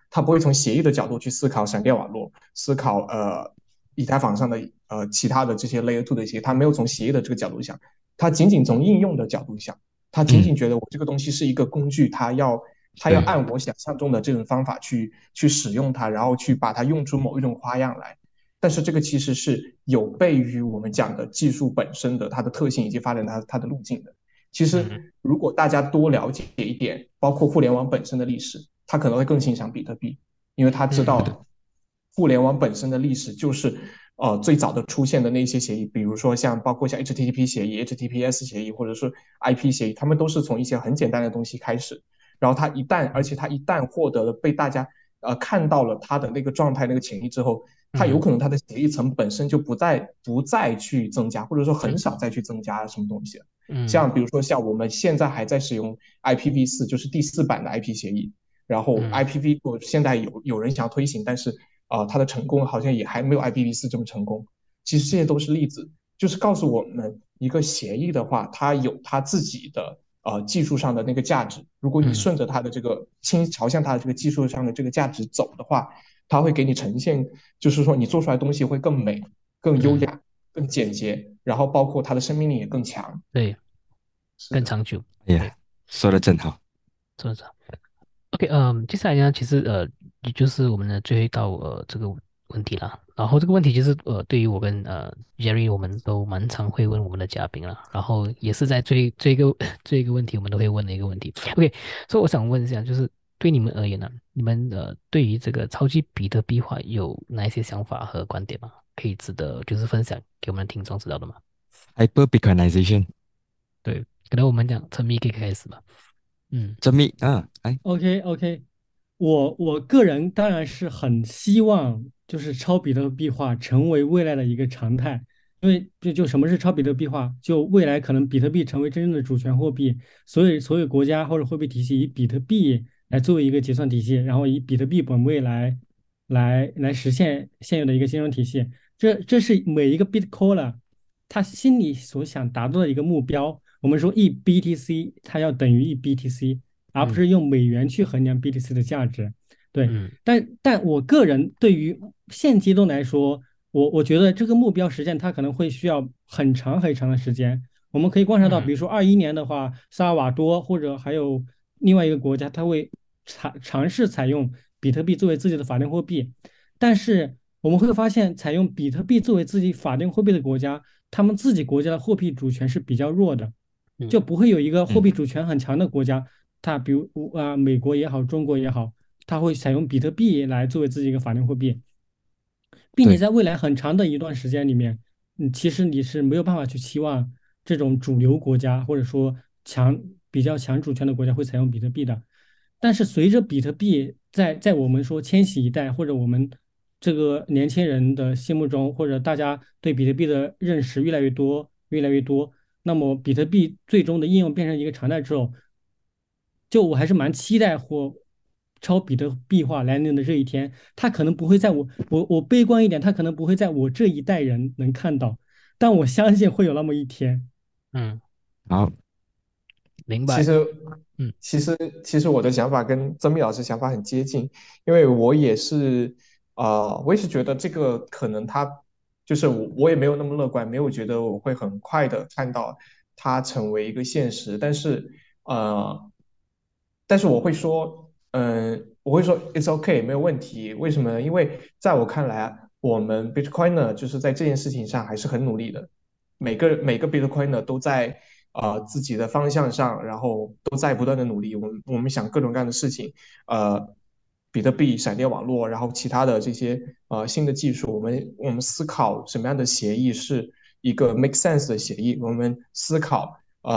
他不会从协议的角度去思考闪电网络，思考以太坊上的其他的这些 Layer 2的协议，他没有从协议的这个角度想，他仅仅从应用的角度想，他仅仅觉得我这个东西是一个工具，他要按我想象中的这种方法去使用它，然后去把它用出某一种花样来。但是这个其实是有悖于我们讲的技术本身的它的特性以及发展它的路径的。其实，如果大家多了解一点，包括互联网本身的历史，他可能会更欣赏比特币，因为他知道互联网本身的历史就是最早的出现的那些协议，比如说包括像 HTTP 协议、HTTPS 协议，或者是 IP 协议，他们都是从一些很简单的东西开始，然后而且它一旦获得了被大家看到了它的那个状态、那个潜力之后，它有可能它的协议层本身就不再去增加，或者说很少再去增加什么东西了。像比如说像我们现在还在使用 IPv4，就是第4版的 IP 协议，然后 IPv4 现在有人想要推行，但是它的成功好像也还没有 IPv4 这么成功。其实这些都是例子，就是告诉我们一个协议的话，它有它自己的技术上的那个价值。如果你顺着它的这个朝向它的这个技术上的这个价值走的话，它会给你呈现，就是说你做出来的东西会更美、更优雅、更简洁，然后包括它的生命力也更强。 对，更长久。 哎呀，说的真好。 说的 OK，接下来呢，其实也就是我们的最后一道这个问题啦。然后这个问题就是对于我跟Jerry，我们都蛮常会问我们的嘉宾啦。然后也是在这个问题，我们都会问的一个问题。OK，所以我想问一下，就是对你们而言呢，你们对于这个超级比特币化有哪一些想法和观点吗？可以值得就是分享给我们的听众知道的吗？ Hyper Bitcoinization， 对，可能我们讲陈密可以开始吧。 这密啊，哎， OK，我个人当然是很希望就是超比特币化成为未来的一个常态，因为就什么是超比特币化？就未来可能比特币成为真正的主权货币，所有国家或者货币体系以比特币来作为一个结算体系，然后以比特币本位来实现现有的一个金融体系，这是每一个 Bitcoiner 他心里所想达到的一个目标。我们说一 BTC 它要等于一 BTC。而不是用美元去衡量 BTC 的价值。对，但我个人对于现阶段来说，我觉得这个目标实现它可能会需要很长很长的时间。我们可以观察到，比如说21年的话，萨尔瓦多或者还有另外一个国家，它会尝试采用比特币作为自己的法定货币，但是我们会发现，采用比特币作为自己法定货币的国家，他们自己国家的货币主权是比较弱的，就不会有一个货币主权很强的国家。它比如美国也好，中国也好，它会采用比特币来作为自己一个法定货币，并且在未来很长的一段时间里面，其实你是没有办法去期望这种主流国家或者说比较强主权的国家会采用比特币的。但是随着比特币在我们说千禧一代或者我们这个年轻人的心目中，或者大家对比特币的认识越来越多，越来越多，那么比特币最终的应用变成一个常态之后，就我还是蛮期待或超比特币化来临的这一天。它可能不会在我悲观一点，它可能不会在我这一代人能看到，但我相信会有那么一天。 好， 明白。 其实，其实我的想法跟曾密老师想法很接近，因为我也是觉得这个可能就是我也没有那么乐观，没有觉得我会很快的看到它成为一个现实，呃，但是我会说 it's okay， 没有问题。为什么呢？因为在我看来啊，我们 Bitcoiner 就是在这件事情上还是很努力的，每个 Bitcoiner 都在自己的方向上，然后都在不断的努力。我们想各种各样的事情，比特币、闪电网络，然后其他的这些新的技术，我们思考什么样的协议是一个 make sense 的协议，我们思考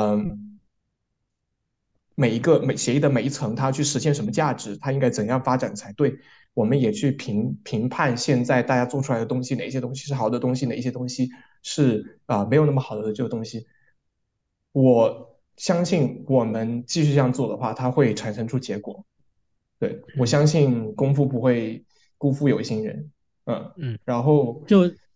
协议的每一层，它去实现什么价值，它应该怎样发展才对。我们也去评判现在大家做出来的东西，哪一些东西是好的东西，哪一些东西是没有那么好的这个东西。我相信我们继续这样做的话，它会产生出结果。对，我相信功夫不会辜负有心人。然后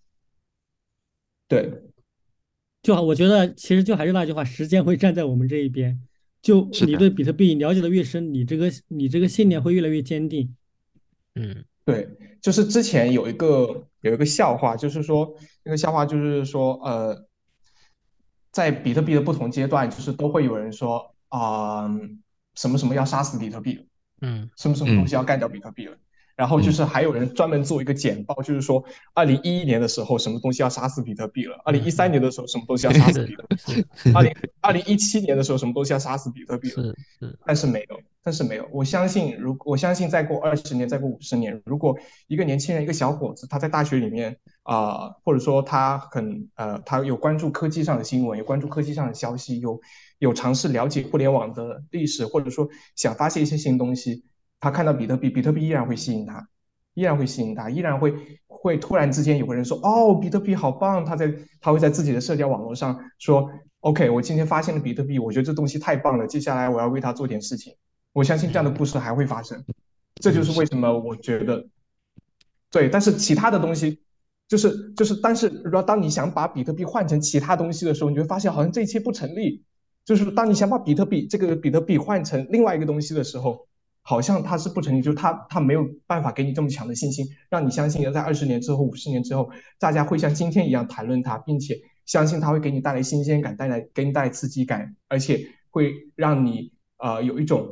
对， 我觉得其实就还是那句话，时间会站在我们这一边。就是的， 你对比特币了解的越深，你这个信念会越来越坚定。 嗯对，就是之前有一个笑话，就是说那个笑话就是说，在比特币的不同阶段，就是都会有人说什么什么要杀死比特币了， 嗯什么什么东嗯西要干掉比特币了。然后就嗯是还有人专门做一个简报，就是说2011年的时候什么东西要杀死比特币了，二零一三嗯嗯， 年的时候什么东西要杀死是比特币了， 是 2017年的时候什么东西要杀死比特币了。 是是， 但是没有，但是没有。我相信再过20年，再过50年，如果一个年轻人，一个小伙子，他在大学里面或者说他有关注科技上的新闻，有关注科技上的消息，有尝试了解互联网的历史，或者说想发现一些新东西，他看到比特币，比特币依然会吸引他，依然会吸引他，依然会突然之间有个人说，哦，比特币好棒，他会在自己的社交网络上说，OK，我今天发现了比特币，我觉得这东西太棒了，接下来我要为它做点事情。我相信这样的嗯故事还会发生，这就嗯是为什么我觉得对。但是其他的东西，但是如果当你想把比特币换成其他东西的时候，你会发现好像这一切不成立。就是当你想把比特币换成另外一个东西的时候，好像它是不成立，就是它没有办法给你这么强的信心，让你相信在20年之后、50年之后，大家会像今天一样谈论它，并且相信它会给你带来新鲜感，给你带来刺激感，而且会让你有一种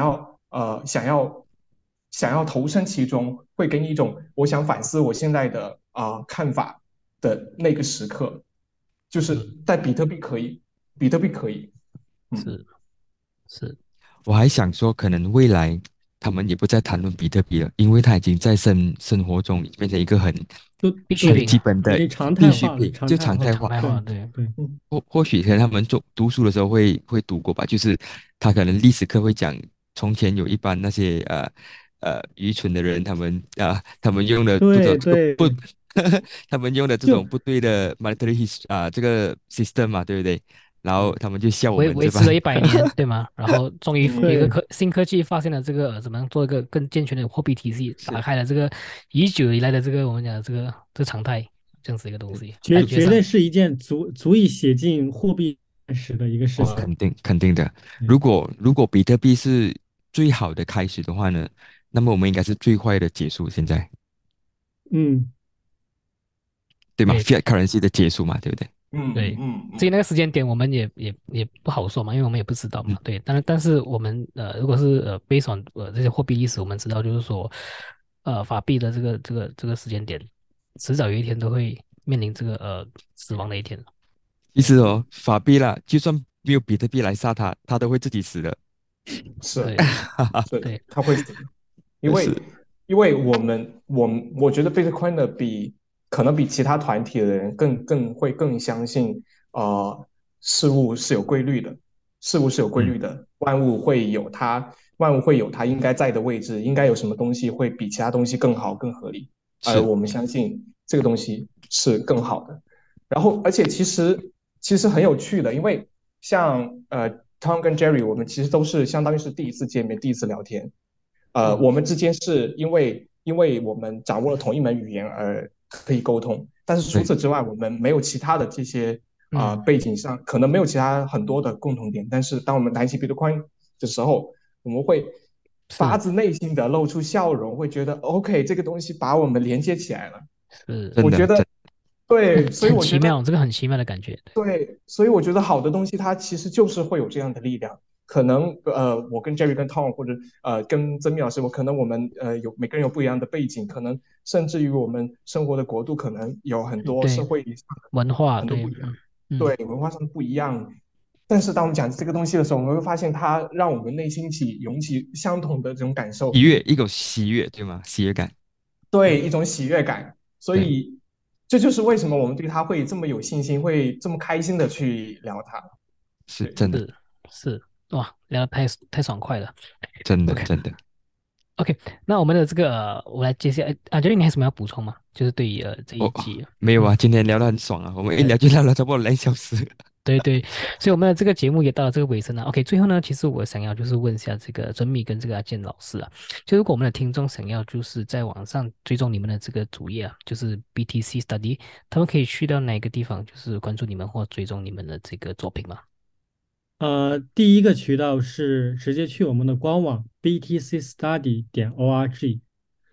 想要投身其中，会给你一种我想反思我现在的看法的那个时刻，就是嗯， 在比特币可以，比特币可以，嗯， 是是， 我还想说，可能未来他们也不再谈论比特币了，因为它已经在生活中变成一个就很必需品对， 基本的已经常态化了， 必需品，就常态化， 常态化。 常态化， 对对， 对， 或许可能他们读书的时候会读过吧，就是他可能历史课会讲，从前有一班那些愚蠢的人，他们用的对这个不， 对， 他们用的这就种不对的 monetary这个 system 嘛，对不对？然后他们就笑我们这班， 维持了100年，对吗？然后终于有一个嗯， 新科技发现了这个怎么样做一个更健全的货币体系，打是开了这个已久以来的这个我们讲的这个常态，这样子一个东是， 西， 绝感觉上， 绝对是一件足以写进货币史的一个事情。 哇， 肯定的。 对， 如果比特币是最好的开始的话呢，那么我们应该是最坏的结束，现在嗯， 对吗对 ？Fiat currency 的结束嘛，对不对？ 嗯对， 嗯嗯至于那个时间点，我们也不好说嘛，因为我们也不知道嘛。 嗯， 对，但是我们如果是based on 这些货币历史，我们知道就是说，法币的这个时间点，迟早有一天都会面临这个死亡的一天。 其实哦，法币啦，就算没有比特币来杀它，它都会自己死的。 是对是， 对， 他会死的。因为是， 我觉得 Bitcoin 的可能比其他团体的人更相信呃事物是有规律的，事物是有规嗯， 律的，万物会有它应该在的位置，应该有什么东西会比其他东西更好更合理，而是， 我们相信这个东西是更好的。然后而且其实很有趣的，因为像Tom 跟 Jerry，我们其实都是相当于是第一次见面，第一次聊天。 嗯我们之间是因为我们掌握了同一门语言而可以沟通，但是除对， 此之外，我们没有其他的这些嗯背景上可能没有其他很多的共同点。但是当我们谈起 Bitcoin 的时候，我们会发是自内心的露出笑容，会觉得 OK，这个东西把我们连接起来了。 是， 真的， 我觉得对，所以我觉得很奇妙，这个很奇妙的感觉。 对，所以我觉得好的东西它其实就是会有这样的力量。可能我跟 Jerry 跟 Tom 或者跟曾密老师，我们每个人有不一样的背景，可能甚至于我们生活的国度可能有很多社对， 会上文化，对， 很多不一样， 嗯对，文化上的不一样。但是当我们讲这个东西的时候，我们会发现它让我们内心涌起相同的这种感受， 一种喜悦，对吗？喜悦感， 对，一种喜悦感。所对， 以这就是为什么我们对它会这么有信心，会这么开心的去聊它。对。 是真的， 是是，哇，聊得太爽快了。 真的， OK 真的。 OK，那我们的这个我来接下来啊，觉得你还有什么要补充吗？就是对于这一哦， 集， 没有啊， 嗯， 今天聊得很爽啊，我们一呃聊就聊了差不多2小时。 对对，所以我们的这个节目也到了这个尾声了。OK，最后呢，其实我想要就是问一下这个珍米跟这个阿健老师啊，就如果我们的听众想要就是在网上追踪你们的这个主页啊，就是 BTC Study，他们可以去到哪个地方，就是关注你们或追踪你们的这个作品吗？ 第一个渠道是直接去我们的官网 btcstudy.org，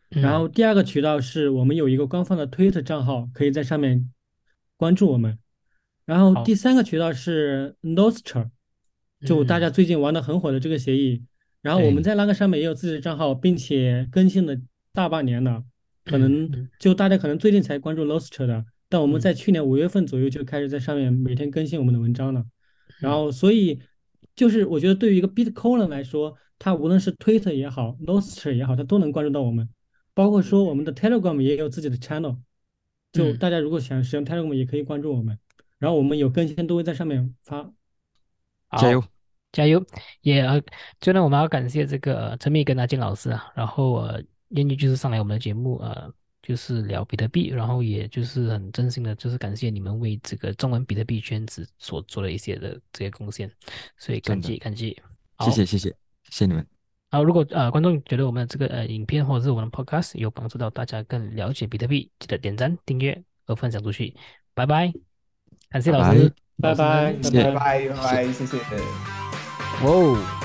然后嗯， 第二个渠道是我们有一个官方的推特账号，可以在上面关注我们。然后好， 第三个渠道是 Nostr，就大嗯， 家最近玩的很火的这个协议。然后我们对， 在那个上面也有自己的账号，并且更新了大半年了。可能嗯嗯就大家可能最近才关注 Nostr 的，但我们嗯在去年5月份左右就开始在上面每天更新我们的文章了。然嗯后所以就是我觉得对于一个 Bitcoin 来说，它无论是 Twitter 也好，Nostr 也好，它都能关注到我们。包括说我们的 Telegram 也有自己的 channel，就嗯， 大家如果想使用 Telegram 也可以关注我们。然后我们有更新都会在上面发。 加油！ 好，加油！也最后呢，我们要感谢这个陈密跟阿健老师啊，然后愿意就是上来我们的节目就是聊比特币，然后也就是很真心的，就是感谢你们为这个中文比特币圈子所做的一些的这些贡献，所以感真的， 谢感谢。好， 谢谢谢谢谢谢你们， 好，如果观众觉得我们的这个影片或者是我们的 podcast 有帮助到大家更了解比特币，记得点赞、订阅和分享出去。拜拜，感谢拜拜， 老师，老拜拜， 师， 谢谢拜拜。 拜拜，拜谢谢。 拜，谢谢。 哇哦。